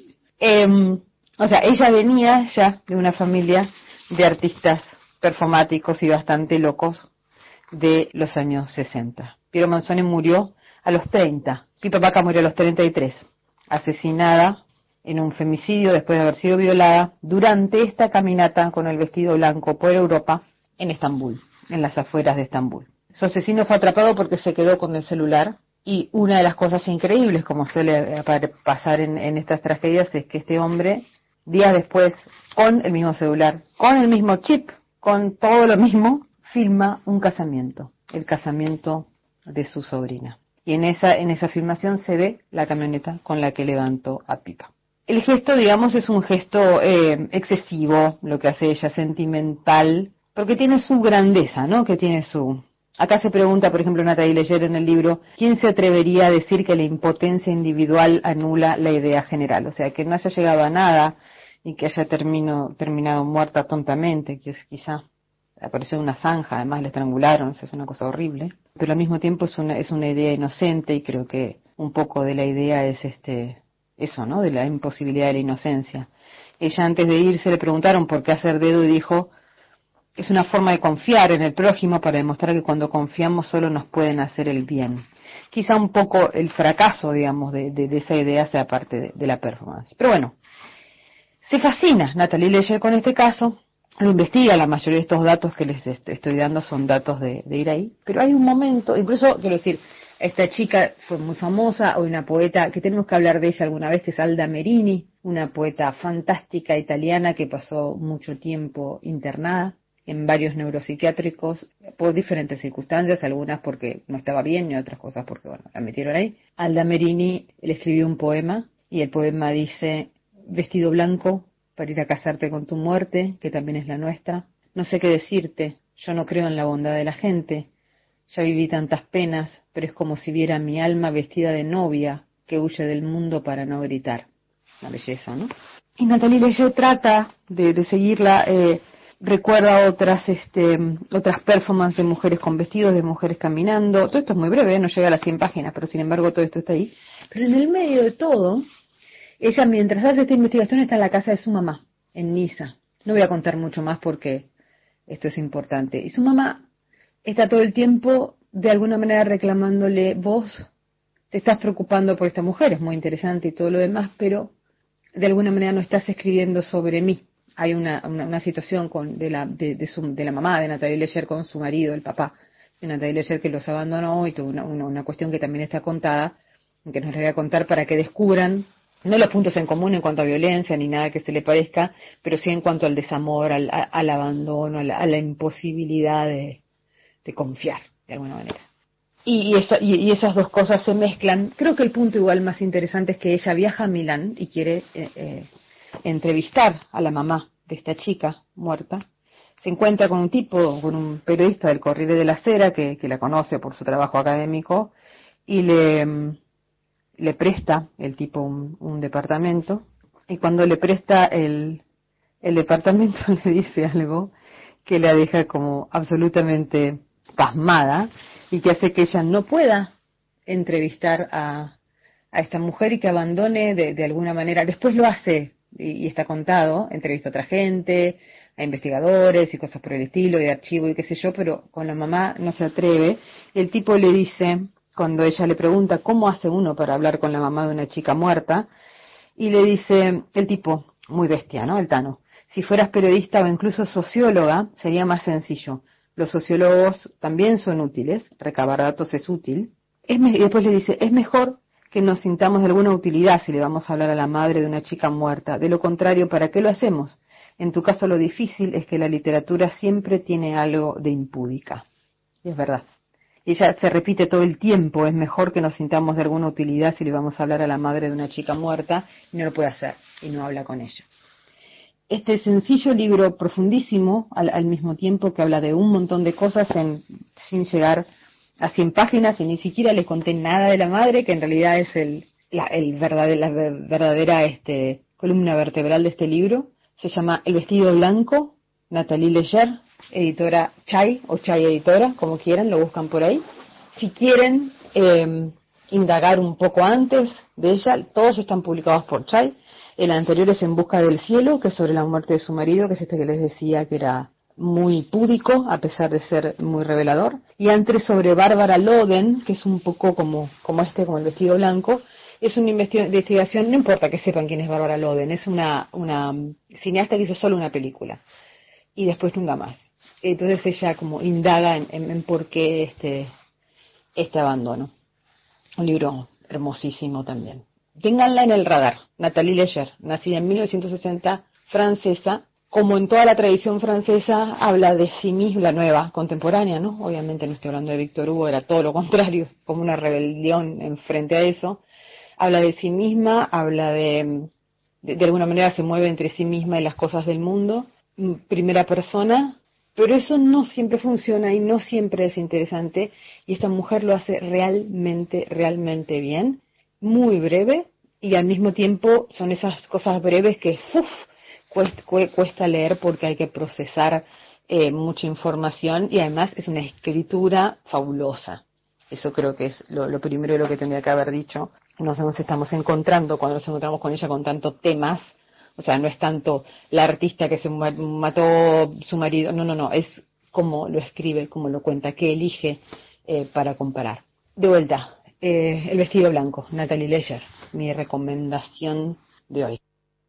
O sea, ella venía ya de una familia de artistas performáticos y bastante locos de los años 60. Piero Manzoni murió a los 30, Pippa Bacca murió a los 33. asesinada en un femicidio después de haber sido violada durante esta caminata con el vestido blanco por Europa en Estambul, en las afueras de Estambul. Su asesino fue atrapado porque se quedó con el celular, y una de las cosas increíbles, como suele pasar en estas tragedias, es que este hombre, días después, con el mismo celular, con el mismo chip, con todo lo mismo, filma un casamiento, el casamiento de su sobrina. Y en esa filmación se ve la camioneta con la que levantó a Pipa. El gesto, digamos, es un gesto excesivo, lo que hace ella, sentimental, porque tiene su grandeza, ¿no? Que tiene su... Acá se pregunta, por ejemplo, Natalie Leger en el libro, ¿quién se atrevería a decir que la impotencia individual anula la idea general? O sea, que no haya llegado a nada y que haya terminado muerta tontamente, que es quizá apareció en una zanja, además la estrangularon, es una cosa horrible, pero al mismo tiempo es una idea inocente, y creo que un poco de la idea es eso, ¿no? De la imposibilidad de la inocencia. Ella, antes de irse, le preguntaron por qué hacer dedo y dijo: es una forma de confiar en el prójimo para demostrar que cuando confiamos solo nos pueden hacer el bien. Quizá un poco el fracaso, digamos, de esa idea sea parte de la performance. Pero bueno, se fascina Natalie Leger con este caso, lo investiga. La mayoría de estos datos que les estoy dando son datos de ir ahí, pero hay un momento, incluso quiero decir, esta chica fue muy famosa, o una poeta que tenemos que hablar de ella alguna vez, que es Alda Merini, una poeta fantástica italiana que pasó mucho tiempo internada en varios neuropsiquiátricos por diferentes circunstancias, algunas porque no estaba bien y otras cosas porque, bueno, la metieron ahí. Alda Merini le escribió un poema, y el poema dice: vestido blanco para ir a casarte con tu muerte, que también es la nuestra. No sé qué decirte, yo no creo en la bondad de la gente, ya viví tantas penas, pero es como si viera mi alma vestida de novia que huye del mundo para no gritar. Una belleza, ¿no? Y Natalie Leger trata de seguirla, recuerda otras performances de mujeres con vestidos, de mujeres caminando. Todo esto es muy breve, no llega a las 100 páginas, pero sin embargo todo esto está ahí. Pero en el medio de todo, ella, mientras hace esta investigación, está en la casa de su mamá, en Niza. No voy a contar mucho más porque esto es importante. Y su mamá está todo el tiempo, de alguna manera, reclamándole: vos te estás preocupando por esta mujer, es muy interesante y todo lo demás, pero de alguna manera no estás escribiendo sobre mí. Hay una situación de la mamá de Natalie Leger con su marido, el papá de Natalie Leger, que los abandonó, y tuvo una cuestión que también está contada, que nos la voy a contar para que descubran, no los puntos en común en cuanto a violencia ni nada que se le parezca, pero sí en cuanto al desamor, al abandono, a la imposibilidad de confiar, de alguna manera. Y esas dos cosas se mezclan. Creo que el punto igual más interesante es que ella viaja a Milán y quiere entrevistar a la mamá de esta chica muerta. Se encuentra con un periodista del Corriere della Sera que la conoce por su trabajo académico, y le presta el tipo un departamento, y cuando le presta el departamento le dice algo que la deja como absolutamente pasmada, y que hace que ella no pueda entrevistar a esta mujer, y que abandone de alguna manera. Después lo hace, y está contado, entrevista a otra gente, a investigadores y cosas por el estilo, de archivo y qué sé yo, pero con la mamá no se atreve. El tipo le dice, cuando ella le pregunta cómo hace uno para hablar con la mamá de una chica muerta, y le dice el tipo, muy bestia, ¿no? El Tano: si fueras periodista o incluso socióloga, sería más sencillo. Los sociólogos también son útiles, recabar datos es útil. Y después le dice: es mejor que nos sintamos de alguna utilidad si le vamos a hablar a la madre de una chica muerta. De lo contrario, ¿para qué lo hacemos? En tu caso, lo difícil es que la literatura siempre tiene algo de impúdica. Y es verdad. Y ella se repite todo el tiempo: es mejor que nos sintamos de alguna utilidad si le vamos a hablar a la madre de una chica muerta, y no lo puede hacer, y no habla con ella. Este sencillo libro, profundísimo, al mismo tiempo, que habla de un montón de cosas sin llegar a 100 páginas, y ni siquiera les conté nada de la madre, que en realidad es la verdadera columna vertebral de este libro. Se llama El vestido blanco, Natalie Leger, editora Chai, o Chai Editora, como quieran, lo buscan por ahí. Si quieren indagar un poco antes de ella, todos están publicados por Chai. El anterior es En busca del cielo, que es sobre la muerte de su marido, que es que les decía que era muy púdico, a pesar de ser muy revelador. Y antes sobre Bárbara Loden, que es un poco como El vestido blanco, Es una investigación, no importa que sepan quién es Bárbara Loden, es una cineasta que hizo solo una película y después nunca más. Entonces ella como indaga en por qué este abandono. Un libro hermosísimo también. Ténganla en el radar. Nathalie Leger, nacida en 1960, francesa. Como en toda la tradición francesa, habla de sí misma, la nueva, contemporánea, ¿no? Obviamente no estoy hablando de Víctor Hugo, era todo lo contrario, como una rebelión en frente a eso. Habla de sí misma, habla de alguna manera se mueve entre sí misma y las cosas del mundo, primera persona, pero eso no siempre funciona y no siempre es interesante, y esta mujer lo hace realmente, realmente bien, muy breve, y al mismo tiempo son esas cosas breves que cuesta leer porque hay que procesar mucha información, y además es una escritura fabulosa. Eso creo que es lo primero de lo que tendría que haber dicho. No nos estamos encontrando cuando nos encontramos con ella con tantos temas. O sea, no es tanto la artista que se mató su marido. No. Es cómo lo escribe, cómo lo cuenta, qué elige para comparar. De vuelta, El vestido blanco, Nathalie Leger, mi recomendación de hoy.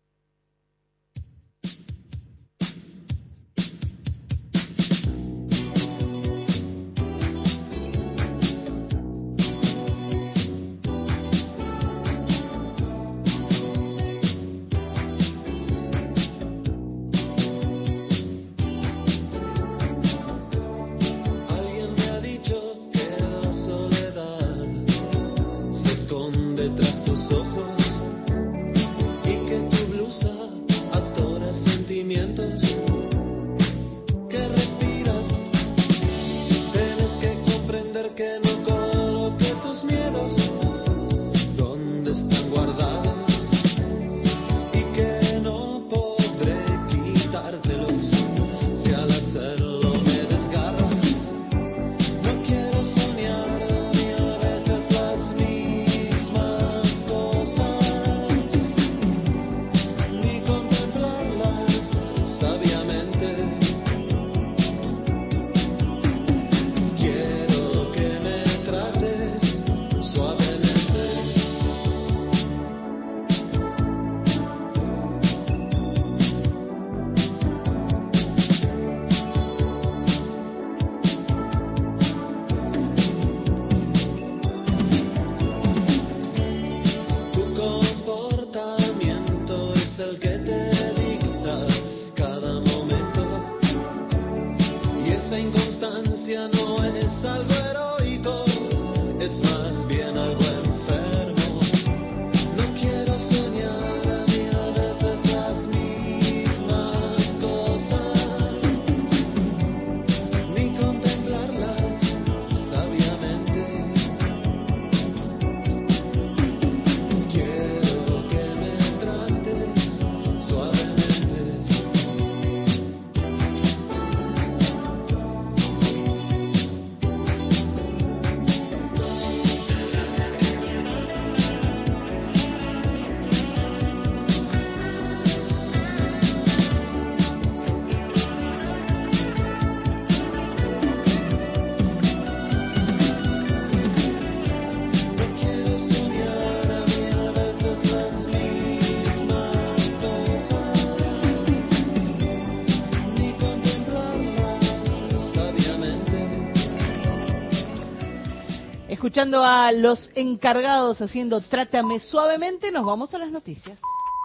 Escuchando a Los Encargados haciendo Trátame Suavemente, nos vamos a las noticias.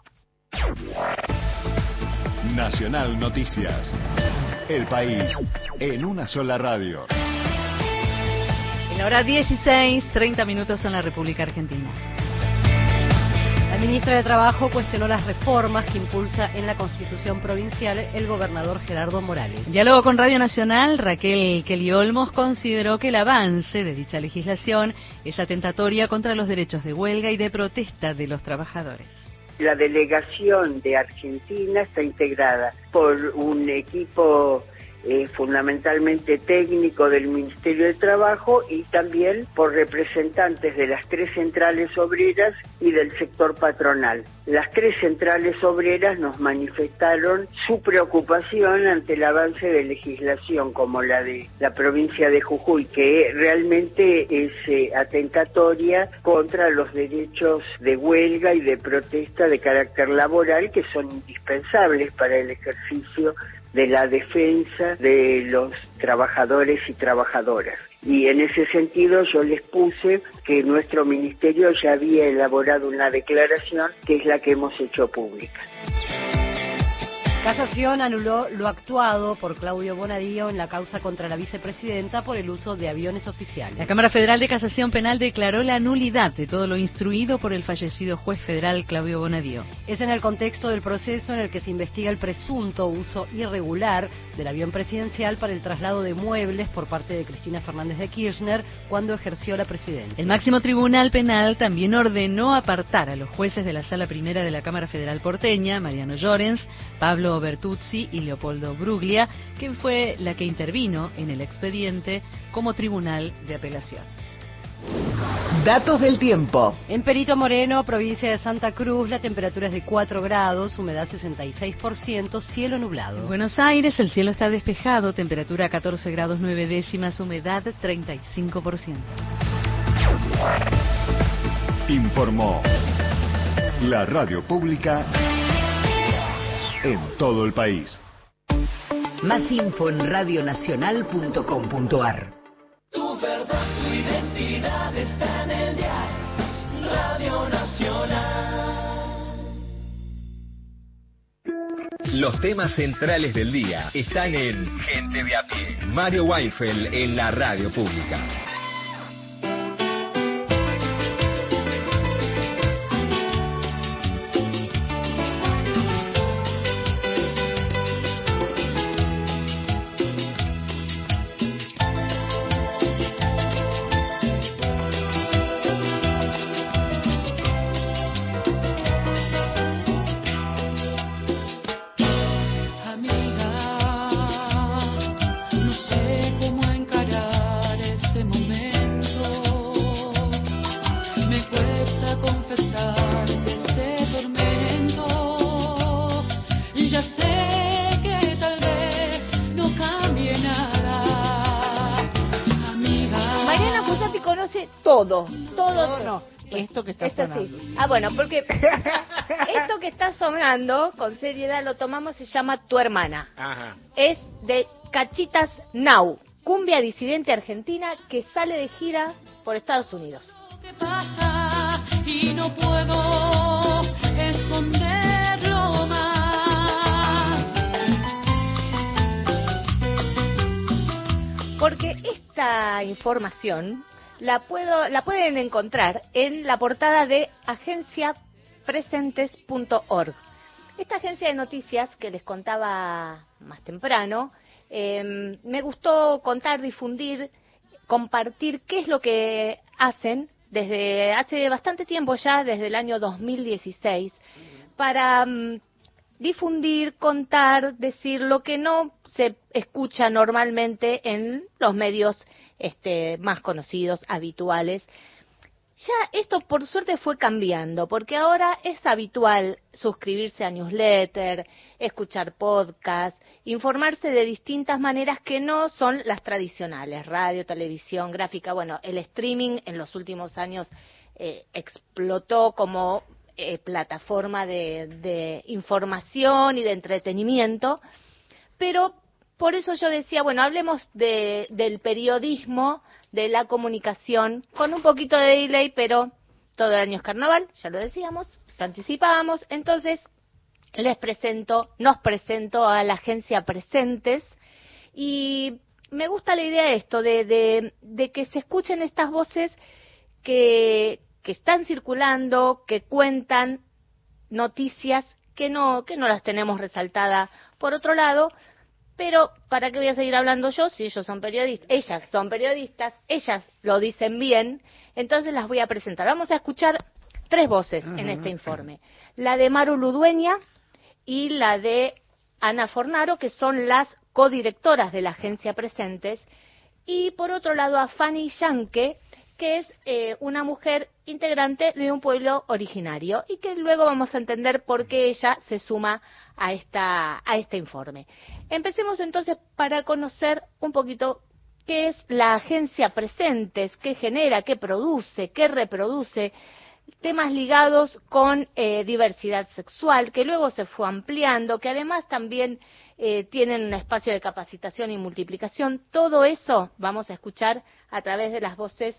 Nacional Noticias. El país en una sola radio. En la hora 16, 30 minutos en la República Argentina. La ministra de Trabajo cuestionó las reformas que impulsa en la Constitución Provincial el gobernador Gerardo Morales. Diálogo con Radio Nacional, Raquel Kelly Olmos consideró que el avance de dicha legislación es atentatoria contra los derechos de huelga y de protesta de los trabajadores. La delegación de Argentina está integrada por un equipo fundamentalmente técnico del Ministerio de Trabajo y también por representantes de las 3 centrales obreras y del sector patronal. Las 3 centrales obreras nos manifestaron su preocupación ante el avance de legislación como la de la provincia de Jujuy, que realmente es atentatoria contra los derechos de huelga y de protesta de carácter laboral que son indispensables para el ejercicio de la defensa de los trabajadores y trabajadoras. Y en ese sentido yo les puse que nuestro ministerio ya había elaborado una declaración que es la que hemos hecho pública. Casación anuló lo actuado por Claudio Bonadío en la causa contra la vicepresidenta por el uso de aviones oficiales. La Cámara Federal de Casación Penal declaró la nulidad de todo lo instruido por el fallecido juez federal Claudio Bonadío. Es en el contexto del proceso en el que se investiga el presunto uso irregular del avión presidencial para el traslado de muebles por parte de Cristina Fernández de Kirchner cuando ejerció la presidencia. El máximo tribunal penal también ordenó apartar a los jueces de la Sala Primera de la Cámara Federal porteña, Mariano Llorens, Pablo Bertuzzi y Leopoldo Bruglia, que fue la que intervino en el expediente como tribunal de apelaciones. Datos del tiempo. En Perito Moreno, provincia de Santa Cruz, la temperatura es de 4 grados, humedad 66%, cielo nublado. En Buenos Aires, el cielo está despejado, temperatura 14 grados 9 décimas, humedad 35%. Informó la radio pública en todo el país. Más info en radionacional.com.ar. Tu verdad, tu identidad está en el diario Radio Nacional. Los temas centrales del día están en Gente de a pie. Mario Weinfeld en la radio pública. Todo. No. Esto que está sonando. Sí. Bueno, porque esto que está sonando, con seriedad lo tomamos, se llama Tu Hermana. Ajá. Es de Cachitas Now, cumbia disidente argentina que sale de gira por Estados Unidos. ¿Qué pasa? Y no puedo esconderlo más. Porque esta información la pueden encontrar en la portada de agenciapresentes.org. Esta agencia de noticias que les contaba más temprano, me gustó contar, difundir, compartir qué es lo que hacen desde hace bastante tiempo ya, desde el año 2016, para difundir, contar, decir lo que no se escucha normalmente en los medios más conocidos, habituales. Ya esto por suerte fue cambiando, porque ahora es habitual suscribirse a newsletter, escuchar podcast, informarse de distintas maneras que no son las tradicionales, radio, televisión, gráfica. Bueno, el streaming en los últimos años explotó como plataforma de información y de entretenimiento, pero por eso yo decía, bueno, hablemos del periodismo, de la comunicación, con un poquito de delay, pero todo el año es carnaval, ya lo decíamos, lo anticipábamos. Entonces nos presento a la agencia Presentes, y me gusta la idea de esto, de que se escuchen estas voces que están circulando, que cuentan noticias que no las tenemos resaltadas por otro lado. Pero, ¿para qué voy a seguir hablando yo si ellos son periodistas? Ellas son periodistas, ellas lo dicen bien, entonces las voy a presentar. Vamos a escuchar 3 voces en este informe. La de Maru Ludueña y la de Ana Fornaro, que son las codirectoras de la agencia Presentes, y por otro lado a Fanny Yanke, que es una mujer integrante de un pueblo originario y que luego vamos a entender por qué ella se suma a este informe. Empecemos entonces para conocer un poquito qué es la agencia Presentes, qué genera, qué produce, qué reproduce, temas ligados con diversidad sexual, que luego se fue ampliando, que además también tienen un espacio de capacitación y multiplicación. Todo eso vamos a escuchar a través de las voces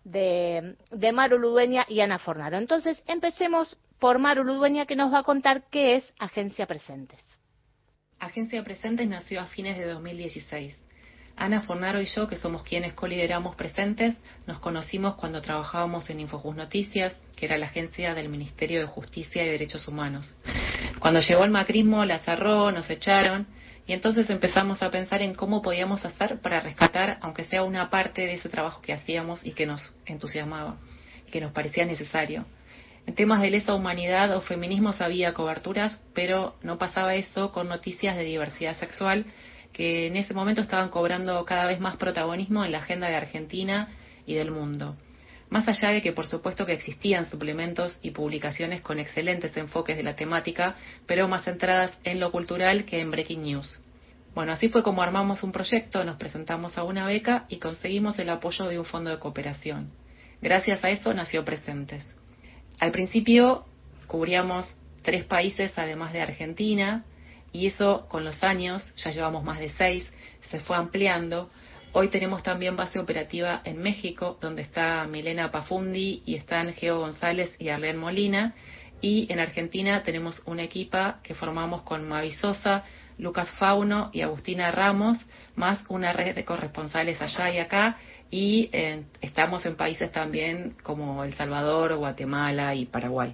de Maru Ludueña y Ana Fornaro. Entonces, empecemos por Maru Ludueña, que nos va a contar qué es Agencia Presentes. Agencia Presentes nació a fines de 2016. Ana Fornaro y yo, que somos quienes colideramos Presentes, nos conocimos cuando trabajábamos en Infojust Noticias, que era la agencia del Ministerio de Justicia y Derechos Humanos. Cuando llegó el macrismo, la cerró, nos echaron, y entonces empezamos a pensar en cómo podíamos hacer para rescatar, aunque sea una parte de ese trabajo que hacíamos y que nos entusiasmaba, que nos parecía necesario. En temas de lesa humanidad o feminismos había coberturas, pero no pasaba eso con noticias de diversidad sexual, que en ese momento estaban cobrando cada vez más protagonismo en la agenda de Argentina y del mundo. Más allá de que por supuesto que existían suplementos y publicaciones con excelentes enfoques de la temática, pero más centradas en lo cultural que en breaking news. Bueno, así fue como armamos un proyecto, nos presentamos a una beca y conseguimos el apoyo de un fondo de cooperación. Gracias a eso nació Presentes. Al principio cubríamos 3 países además de Argentina, y eso con los años, ya llevamos más de 6, se fue ampliando. Hoy tenemos también base operativa en México, donde está Milena Pafundi y están Geo González y Arlene Molina. Y en Argentina tenemos una equipa que formamos con Mavi Sosa, Lucas Fauno y Agustina Ramos, más una red de corresponsales allá y acá. Y estamos en países también como El Salvador, Guatemala y Paraguay.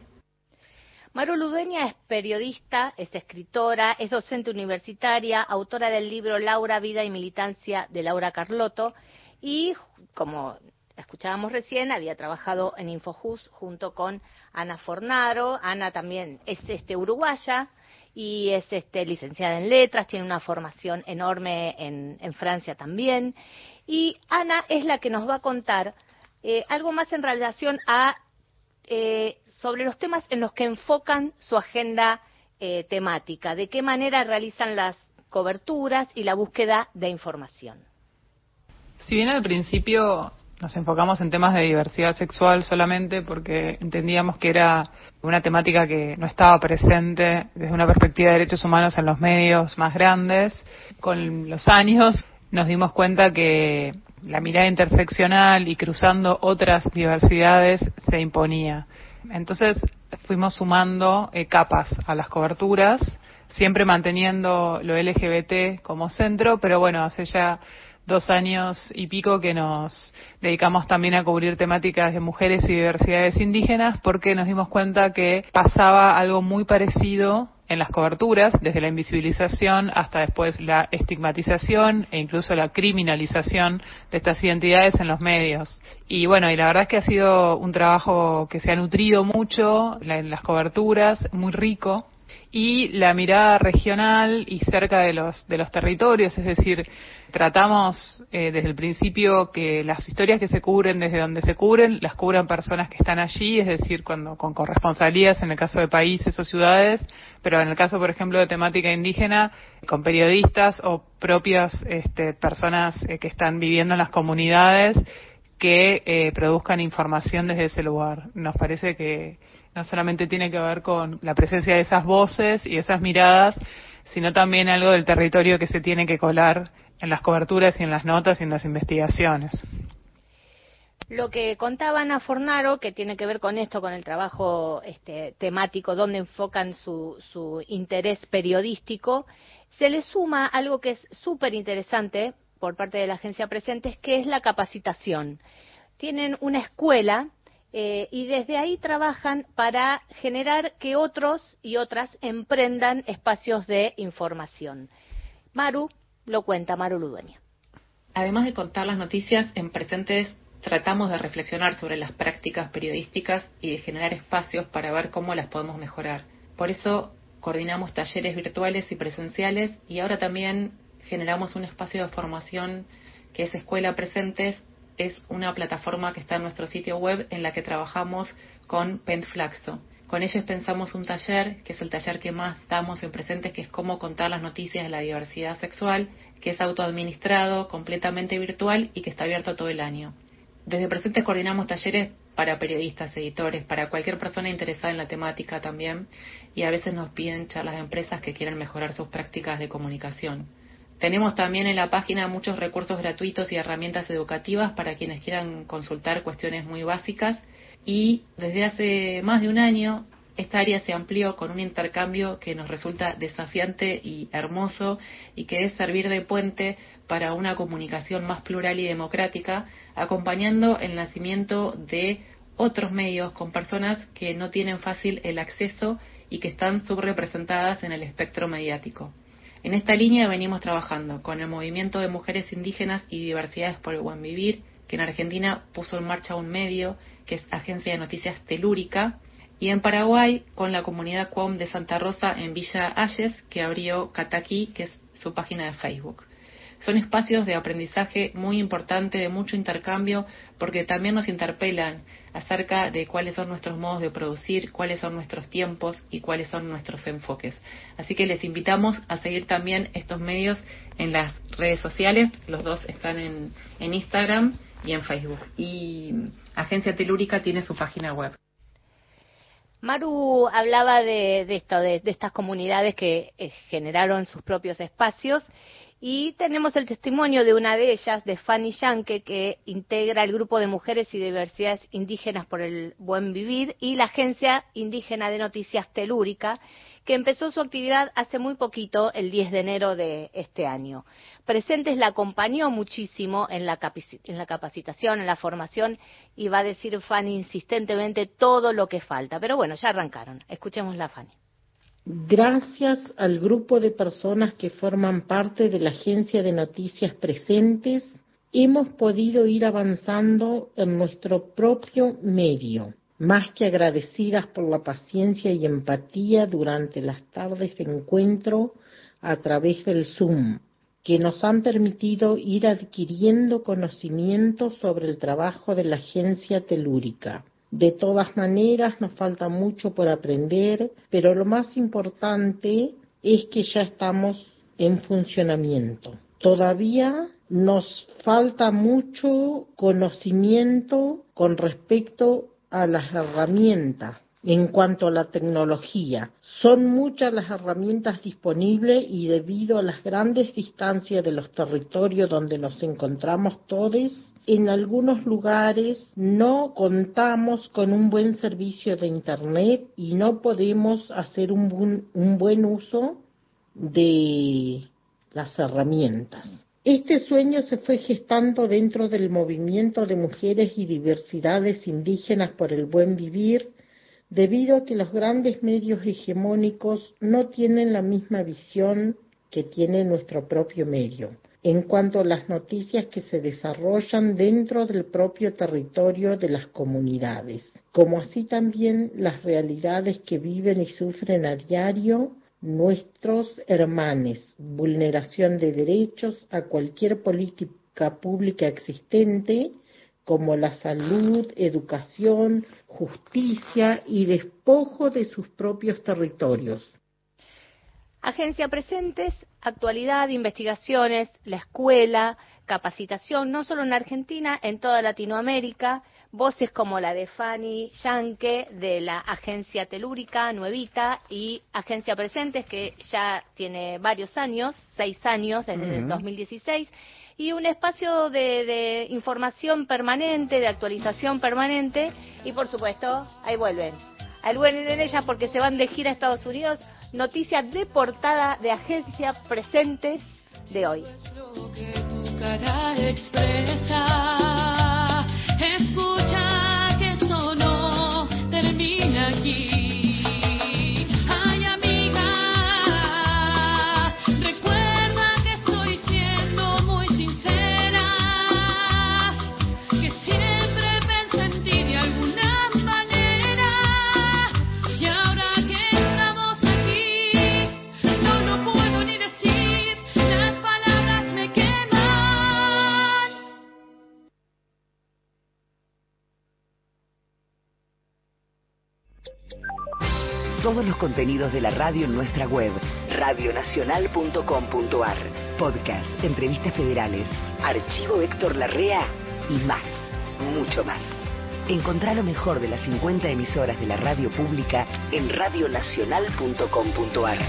Maru Ludueña es periodista, es escritora, es docente universitaria, autora del libro Laura, Vida y Militancia de Laura Carlotto y, como escuchábamos recién, había trabajado en Infojust junto con Ana Fornaro. Ana también es uruguaya y es licenciada en letras, tiene una formación enorme en Francia también. Y Ana es la que nos va a contar algo más en relación a sobre los temas en los que enfocan su agenda temática, de qué manera realizan las coberturas y la búsqueda de información. Si bien al principio nos enfocamos en temas de diversidad sexual solamente porque entendíamos que era una temática que no estaba presente desde una perspectiva de derechos humanos en los medios más grandes, con los años nos dimos cuenta que la mirada interseccional y cruzando otras diversidades se imponía. Entonces fuimos sumando capas a las coberturas, siempre manteniendo lo LGBT como centro, pero bueno, hace ya 2 años y pico que nos dedicamos también a cubrir temáticas de mujeres y diversidades indígenas, porque nos dimos cuenta que pasaba algo muy parecido en las coberturas, desde la invisibilización hasta después la estigmatización e incluso la criminalización de estas identidades en los medios. Y bueno, y la verdad es que ha sido un trabajo que se ha nutrido mucho en las coberturas, muy rico, y la mirada regional y cerca de los territorios, es decir, tratamos desde el principio que las historias que se cubren desde donde se cubren, las cubran personas que están allí, es decir, con corresponsalías en el caso de países o ciudades, pero en el caso, por ejemplo, de temática indígena, con periodistas o propias personas que están viviendo en las comunidades que produzcan información desde ese lugar. Nos parece que no solamente tiene que ver con la presencia de esas voces y esas miradas, sino también algo del territorio que se tiene que colar en las coberturas y en las notas y en las investigaciones. Lo que contaba Ana Fornaro, que tiene que ver con esto, con el trabajo temático, donde enfocan su interés periodístico, se le suma algo que es súper interesante por parte de la Agencia Presentes, que es la capacitación. Tienen una escuela y desde ahí trabajan para generar que otros y otras emprendan espacios de información. Maru lo cuenta, Maru Ludueña. Además de contar las noticias, en Presentes tratamos de reflexionar sobre las prácticas periodísticas y de generar espacios para ver cómo las podemos mejorar. Por eso coordinamos talleres virtuales y presenciales y ahora también generamos un espacio de formación que es Escuela Presentes. Es una plataforma que está en nuestro sitio web en la que trabajamos con Pentflaxto. Con ellos pensamos un taller, que es el taller que más damos en Presentes, que es cómo contar las noticias de la diversidad sexual, que es autoadministrado, completamente virtual y que está abierto todo el año. Desde Presentes coordinamos talleres para periodistas, editores, para cualquier persona interesada en la temática también, y a veces nos piden charlas de empresas que quieren mejorar sus prácticas de comunicación. Tenemos también en la página muchos recursos gratuitos y herramientas educativas para quienes quieran consultar cuestiones muy básicas, y desde hace más de un año esta área se amplió con un intercambio que nos resulta desafiante y hermoso, y que es servir de puente para una comunicación más plural y democrática, acompañando el nacimiento de otros medios con personas que no tienen fácil el acceso y que están subrepresentadas en el espectro mediático. En esta línea venimos trabajando con el Movimiento de Mujeres Indígenas y Diversidades por el Buen Vivir, que en Argentina puso en marcha un medio que es Agencia de Noticias Telúrica, y en Paraguay con la comunidad Cuom de Santa Rosa en Villa Ayes, que abrió Cataquí, que es su página de Facebook. Son espacios de aprendizaje muy importante, de mucho intercambio, porque también nos interpelan acerca de cuáles son nuestros modos de producir, cuáles son nuestros tiempos y cuáles son nuestros enfoques. Así que les invitamos a seguir también estos medios en las redes sociales. Los dos están en Instagram y en Facebook. Y Agencia Telúrica tiene su página web. Maru hablaba de estas comunidades que generaron sus propios espacios, y tenemos el testimonio de una de ellas, de Fanny Yanke, que integra el grupo de mujeres y diversidades indígenas por el buen vivir y la Agencia Indígena de Noticias Telúrica, que empezó su actividad hace muy poquito, el 10 de enero de este año. Presentes la acompañó muchísimo en la capacitación, en la formación, y va a decir Fanny insistentemente todo lo que falta. Pero bueno, ya arrancaron. Escuchémosla, Fanny. Gracias al grupo de personas que forman parte de la Agencia de Noticias Presentes, hemos podido ir avanzando en nuestro propio medio, más que agradecidas por la paciencia y empatía durante las tardes de encuentro a través del Zoom, que nos han permitido ir adquiriendo conocimientos sobre el trabajo de la Agencia Telúrica. De todas maneras, nos falta mucho por aprender, pero lo más importante es que ya estamos en funcionamiento. Todavía nos falta mucho conocimiento con respecto a las herramientas. En cuanto a la tecnología, son muchas las herramientas disponibles y debido a las grandes distancias de los territorios donde nos encontramos todos, en algunos lugares no contamos con un buen servicio de Internet y no podemos hacer un buen uso de las herramientas. Este sueño se fue gestando dentro del movimiento de mujeres y diversidades indígenas por el buen vivir, debido a que los grandes medios hegemónicos no tienen la misma visión que tiene nuestro propio medio, en cuanto a las noticias que se desarrollan dentro del propio territorio de las comunidades, como así también las realidades que viven y sufren a diario nuestros hermanos, vulneración de derechos a cualquier política pública existente, como la salud, educación, justicia y despojo de sus propios territorios. Agencia Presentes, actualidad, investigaciones, la escuela, capacitación, no solo en Argentina, en toda Latinoamérica, voces como la de Fanny Yanke, de la Agencia Telúrica, nuevita, y Agencia Presentes, que ya tiene varios años, 6 años, desde el 2016, y un espacio de información permanente, de actualización permanente, y por supuesto, ahí vuelven en ellas porque se van de gira a Estados Unidos. Noticia de portada de Agencia Presentes de hoy. Escucha que eso no termina aquí. Ay, amiga, recuerda que estoy siendo muy sincera, que siempre pensé en ti de alguna manera, y ahora que estamos aquí, no puedo ni decir las palabras todos los contenidos de la radio en nuestra web, radionacional.com.ar. Podcast, entrevistas federales, archivo Héctor Larrea y más, mucho más. Encontrá lo mejor de las 50 emisoras de la radio pública en radionacional.com.ar.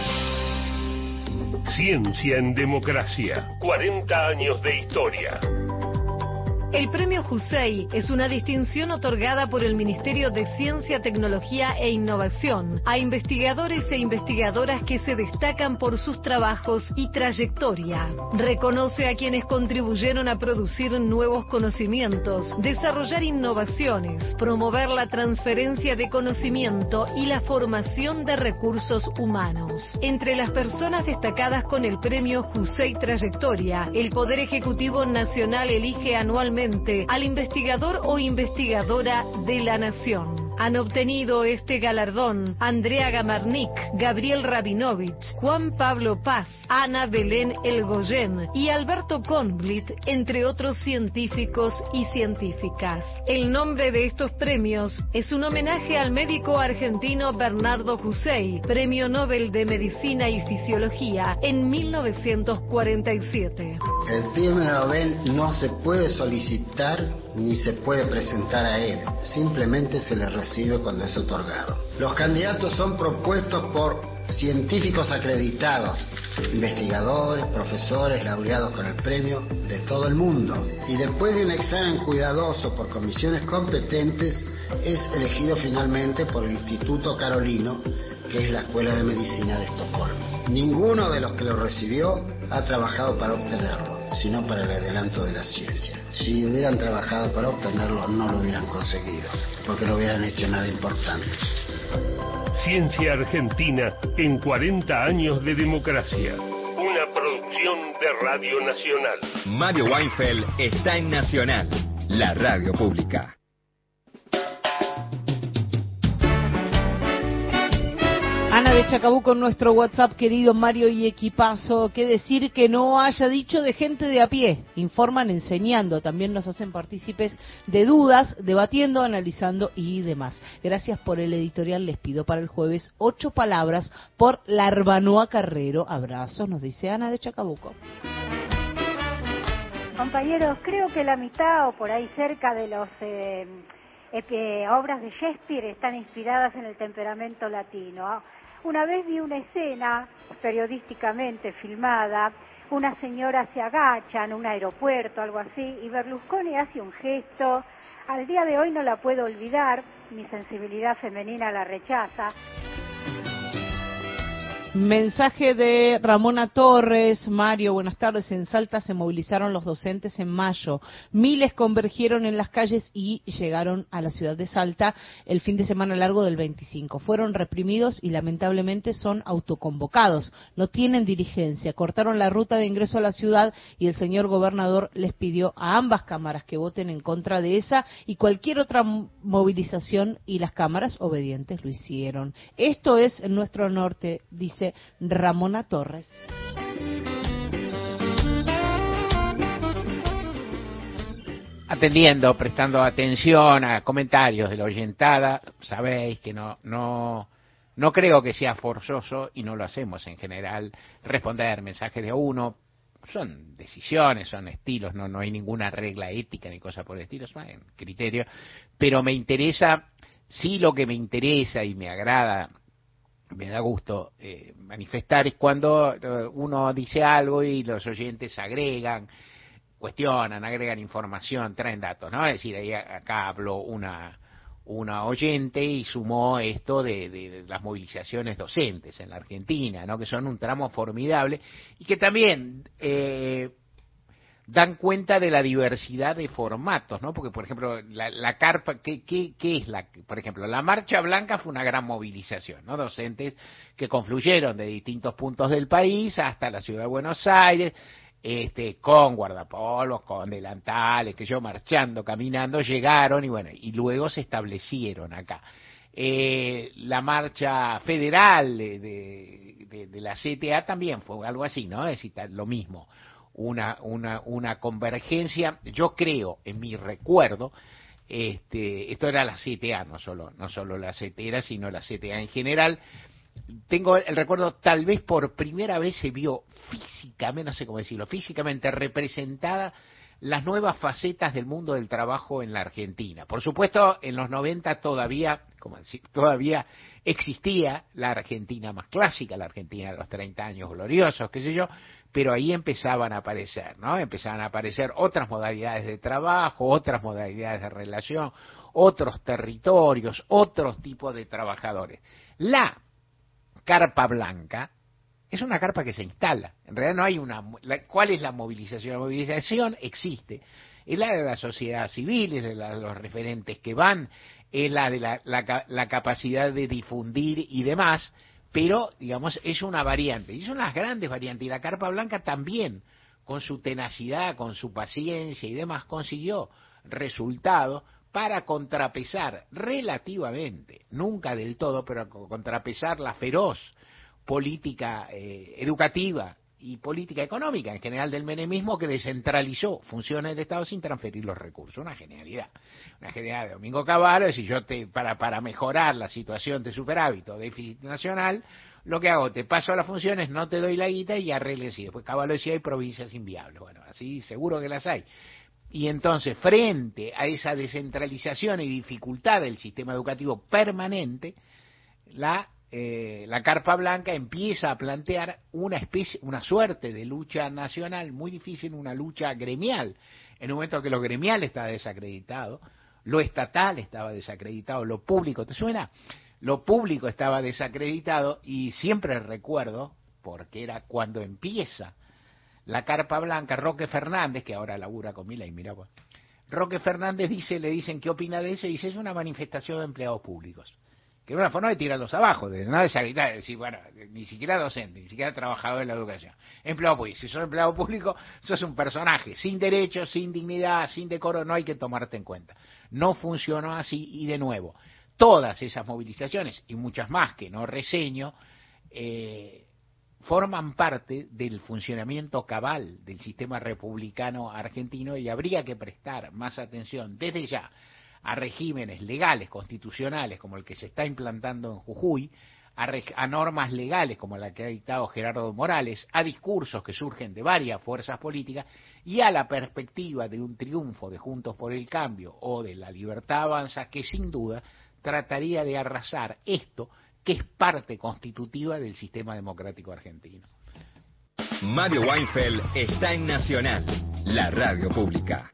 Ciencia en democracia. 40 años de historia. El Premio Jusey es una distinción otorgada por el Ministerio de Ciencia, Tecnología e Innovación a investigadores e investigadoras que se destacan por sus trabajos y trayectoria. Reconoce a quienes contribuyeron a producir nuevos conocimientos, desarrollar innovaciones, promover la transferencia de conocimiento y la formación de recursos humanos. Entre las personas destacadas con el Premio Jusey Trayectoria, el Poder Ejecutivo Nacional elige anualmente al investigador o investigadora de la nación. Han obtenido este galardón Andrea Gamarnik, Gabriel Rabinovich, Juan Pablo Paz, Ana Belén Elgoyen y Alberto Kornblit, entre otros científicos y científicas. El nombre de estos premios es un homenaje al médico argentino Bernardo Jusey, Premio Nobel de Medicina y Fisiología en 1947. El premio Nobel no se puede solicitar ni se puede presentar a él, simplemente se le recibe cuando es otorgado. Los candidatos son propuestos por científicos acreditados, investigadores, profesores, laureados con el premio de todo el mundo. Y después de un examen cuidadoso por comisiones competentes, es elegido finalmente por el Instituto Carolino, que es la Escuela de Medicina de Estocolmo. Ninguno de los que lo recibió ha trabajado para obtenerlo, sino para el adelanto de la ciencia. Si hubieran trabajado para obtenerlo, no lo hubieran conseguido, porque no hubieran hecho nada importante. Ciencia Argentina en 40 años de democracia. Una producción de Radio Nacional. Mario Weinfeld está en Nacional, la radio pública. Ana de Chacabuco en nuestro WhatsApp, querido Mario y equipazo. ¿Qué decir que no haya dicho de gente de a pie? Informan enseñando, también nos hacen partícipes de dudas, debatiendo, analizando y demás. Gracias por el editorial, les pido para el jueves 8 palabras por Larbanoa Carrero. Abrazos, nos dice Ana de Chacabuco. Compañeros, creo que la mitad o por ahí cerca de los obras de Shakespeare están inspiradas en el temperamento latino. Una vez vi una escena periodísticamente filmada, una señora se agacha en un aeropuerto, algo así, y Berlusconi hace un gesto. Al día de hoy no la puedo olvidar, mi sensibilidad femenina la rechaza. Mensaje de Ramona Torres. Mario, buenas tardes. En Salta se movilizaron los docentes en mayo. Miles convergieron en las calles y llegaron a la ciudad de Salta el fin de semana largo del 25. Fueron reprimidos y lamentablemente son autoconvocados. No tienen dirigencia. Cortaron la ruta de ingreso a la ciudad y el señor gobernador les pidió a ambas cámaras que voten en contra de esa y cualquier otra movilización, y las cámaras obedientes lo hicieron. Esto es en nuestro norte, dice Ramona Torres. Atendiendo, prestando atención a comentarios de la oyentada, sabéis que no creo que sea forzoso, y no lo hacemos en general, responder mensajes de uno. Son decisiones, son estilos, no hay ninguna regla ética ni cosa por el estilo, es un criterio. Pero me interesa, sí, lo que me interesa y me agrada, me da gusto manifestar, es cuando uno dice algo y los oyentes agregan, cuestionan, agregan información, traen datos, ¿no? Es decir, ahí acá habló una oyente y sumó esto de las movilizaciones docentes en la Argentina, ¿no? Que son un tramo formidable y que también dan cuenta de la diversidad de formatos, ¿no? Porque, por ejemplo, la carpa, ¿qué es por ejemplo, la Marcha Blanca fue una gran movilización, ¿no? Docentes que confluyeron de distintos puntos del país hasta la ciudad de Buenos Aires, con guardapolvos, con delantales, marchando, caminando, llegaron y luego se establecieron acá. La marcha federal de la CTA también fue algo así, ¿no? Es decir, lo mismo. Una convergencia, yo creo, en mi recuerdo, esto era la CTA, no solo la CTA, sino la CTA en general. Tengo el recuerdo, tal vez por primera vez se vio físicamente, no sé cómo decirlo, físicamente representada las nuevas facetas del mundo del trabajo en la Argentina. Por supuesto, en los 90 todavía existía la Argentina más clásica, la Argentina de los 30 años gloriosos, qué sé yo, pero ahí empezaban a aparecer, ¿no? Empezaban a aparecer otras modalidades de trabajo, otras modalidades de relación, otros territorios, otros tipos de trabajadores. La carpa blanca es una carpa que se instala. En realidad no hay ¿cuál es la movilización? La movilización existe. Es la de la sociedad civil, es de los referentes que van, es la de la capacidad de difundir y demás, pero, digamos, es una variante. Y son las grandes variantes. Y la carpa blanca también, con su tenacidad, con su paciencia y demás, consiguió resultados para contrapesar relativamente, nunca del todo, pero contrapesar la feroz política educativa y política económica en general del menemismo, que descentralizó funciones de Estado sin transferir los recursos. Una genialidad de Domingo Cavallo. Es decir, para mejorar la situación de superávit o déficit nacional, lo que hago, te paso a las funciones, no te doy la guita y arregles. Y después Cavallo decía, hay provincias inviables. Bueno, así seguro que las hay. Y entonces, frente a esa descentralización y dificultad del sistema educativo permanente, la carpa blanca empieza a plantear una suerte de lucha nacional muy difícil, una lucha gremial, en un momento que lo gremial estaba desacreditado, lo estatal estaba desacreditado, lo público, ¿te suena? Lo público estaba desacreditado, y siempre recuerdo, porque era cuando empieza la carpa blanca, Roque Fernández, que ahora labura con Milei, mira pues, Roque Fernández le dicen qué opina de eso, y dice, es una manifestación de empleados públicos. Que es una forma de tirarlos abajo, de no desacreditar, de decir, bueno, ni siquiera docente, ni siquiera trabajador de la educación. Empleado público, si sos empleado público, sos un personaje sin derechos, sin dignidad, sin decoro, no hay que tomarte en cuenta. No funcionó así, y de nuevo, todas esas movilizaciones, y muchas más que no reseño, forman parte del funcionamiento cabal del sistema republicano argentino, y habría que prestar más atención desde ya a regímenes legales, constitucionales, como el que se está implantando en Jujuy, a normas legales como la que ha dictado Gerardo Morales, a discursos que surgen de varias fuerzas políticas, y a la perspectiva de un triunfo de Juntos por el Cambio o de La Libertad Avanza, que sin duda trataría de arrasar esto que es parte constitutiva del sistema democrático argentino. Mario Weinfeld está en Nacional, la radio pública.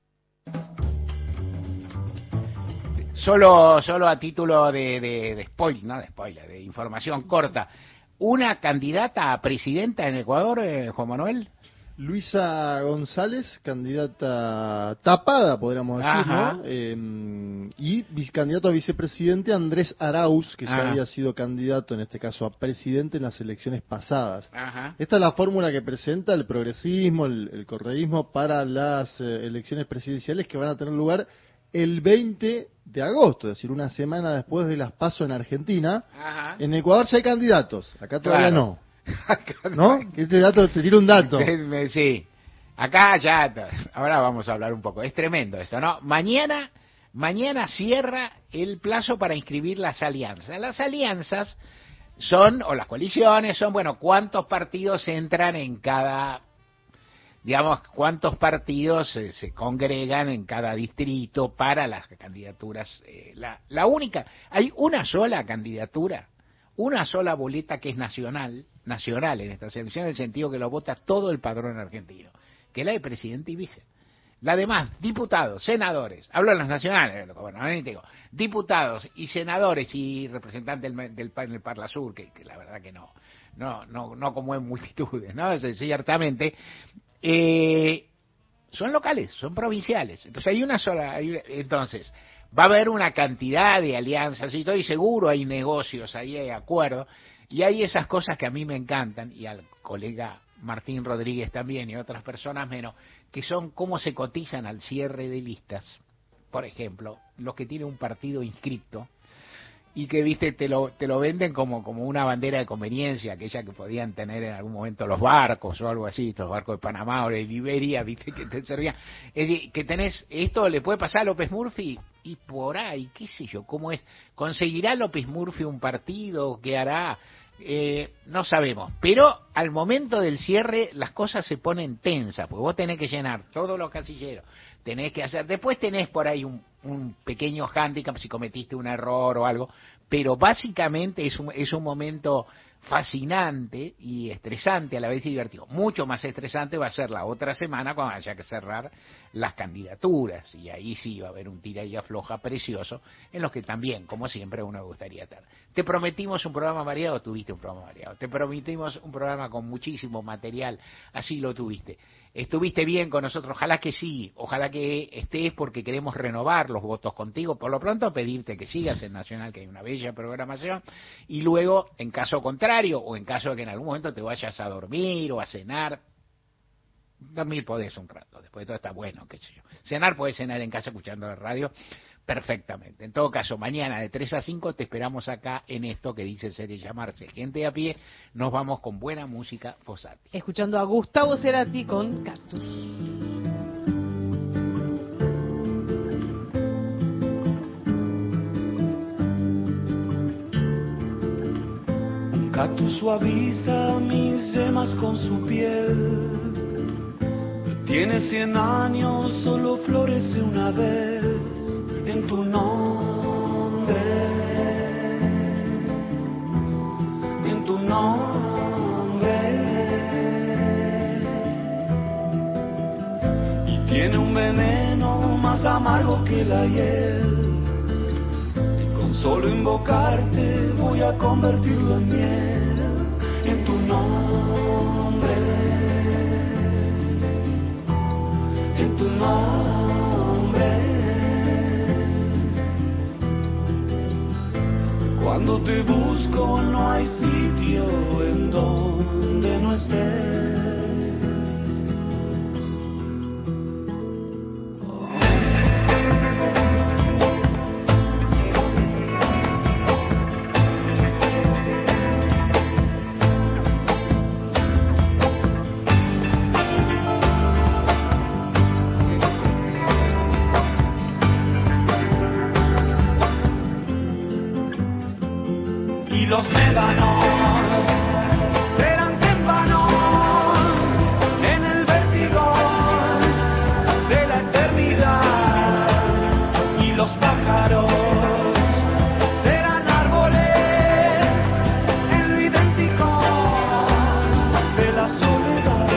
Solo a título de spoiler, no de spoiler, de información corta. ¿Una candidata a presidenta en Ecuador, Juan Manuel? Luisa González, candidata tapada, podríamos decir, Ajá. ¿no? Y candidato a vicepresidente Andrés Arauz, que ya había sido candidato, en este caso a presidente, en las elecciones pasadas. Ajá. Esta es la fórmula que presenta el progresismo, el correísmo, para las elecciones presidenciales que van a tener lugar el 20 de agosto, es decir, una semana después de las PASO en Argentina. Ajá. En Ecuador ya hay candidatos, acá todavía Claro. no. ¿No? Este dato, te tiro un dato. Sí, acá ya, ahora vamos a hablar un poco, es tremendo esto, ¿no? Mañana cierra el plazo para inscribir las alianzas. Las alianzas son, o las coaliciones son, bueno, cuántos partidos entran en cada, digamos, cuántos partidos se congregan en cada distrito para las candidaturas. La única, hay una sola candidatura, una sola boleta que es nacional en esta selección, en el sentido que lo vota todo el padrón argentino, que es la de presidente y vice. La demás, diputados, senadores, hablo de las nacionales, digo, diputados y senadores y representantes del Parlasur, que la verdad que no conmueven multitudes, ¿no? Ciertamente, son locales, son provinciales. Entonces hay una sola, entonces va a haber una cantidad de alianzas y todo, y seguro hay negocios, ahí hay acuerdos, y hay esas cosas que a mí me encantan, y al colega Martín Rodríguez también, y otras personas menos, que son cómo se cotizan al cierre de listas. Por ejemplo, los que tienen un partido inscripto, y que viste te lo venden como una bandera de conveniencia, aquella que podían tener en algún momento los barcos o algo así, los barcos de Panamá o de Liberia, viste, que te servían. Es decir, que tenés, esto le puede pasar a López Murphy, y por ahí, qué sé yo, cómo es, ¿conseguirá López Murphy un partido? ¿Qué hará? No sabemos, pero al momento del cierre las cosas se ponen tensas, porque vos tenés que llenar todos los casilleros, tenés que hacer, después tenés por ahí un pequeño hándicap si cometiste un error o algo, pero básicamente es un momento fascinante y estresante a la vez y divertido. Mucho más estresante va a ser la otra semana cuando haya que cerrar las candidaturas, y ahí sí va a haber un tira y afloja precioso, en los que también, como siempre, uno me gustaría estar. Te prometimos un programa variado, tuviste un programa variado. Te prometimos un programa con muchísimo material, así lo tuviste. Estuviste bien con nosotros, ojalá que sí, ojalá que estés, porque queremos renovar los votos contigo. Por lo pronto pedirte que sigas en Nacional, que hay una bella programación, y luego, en caso contrario, o en caso de que en algún momento te vayas a dormir o a cenar, dormir podés un rato, después de todo está bueno, qué sé yo. Cenar podés cenar en casa escuchando la radio perfectamente. En todo caso, mañana de 3 a 5 te esperamos acá en esto que dice ser y llamarse Gente de a Pie. Nos vamos con buena música Fossati. Escuchando a Gustavo Cerati con Cactus. Un cactus suaviza mis yemas con su piel. Tiene 100 años, solo florece una vez en tu nombre, en tu nombre. Y tiene un veneno más amargo que la hiel. Y con solo invocarte voy a convertirlo en miel, en tu nombre, en tu nombre. Cuando te busco no hay sitio en donde no estés. Los médanos serán témpanos en el vértigo de la eternidad, y los pájaros serán árboles en lo idéntico de la soledad.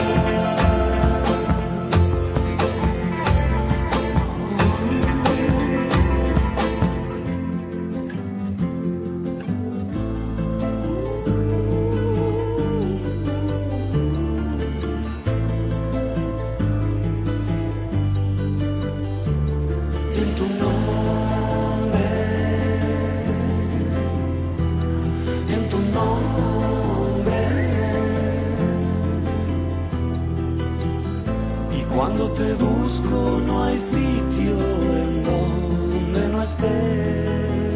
En tu nombre, en tu nombre. Y cuando te busco no hay sitio en donde no estés.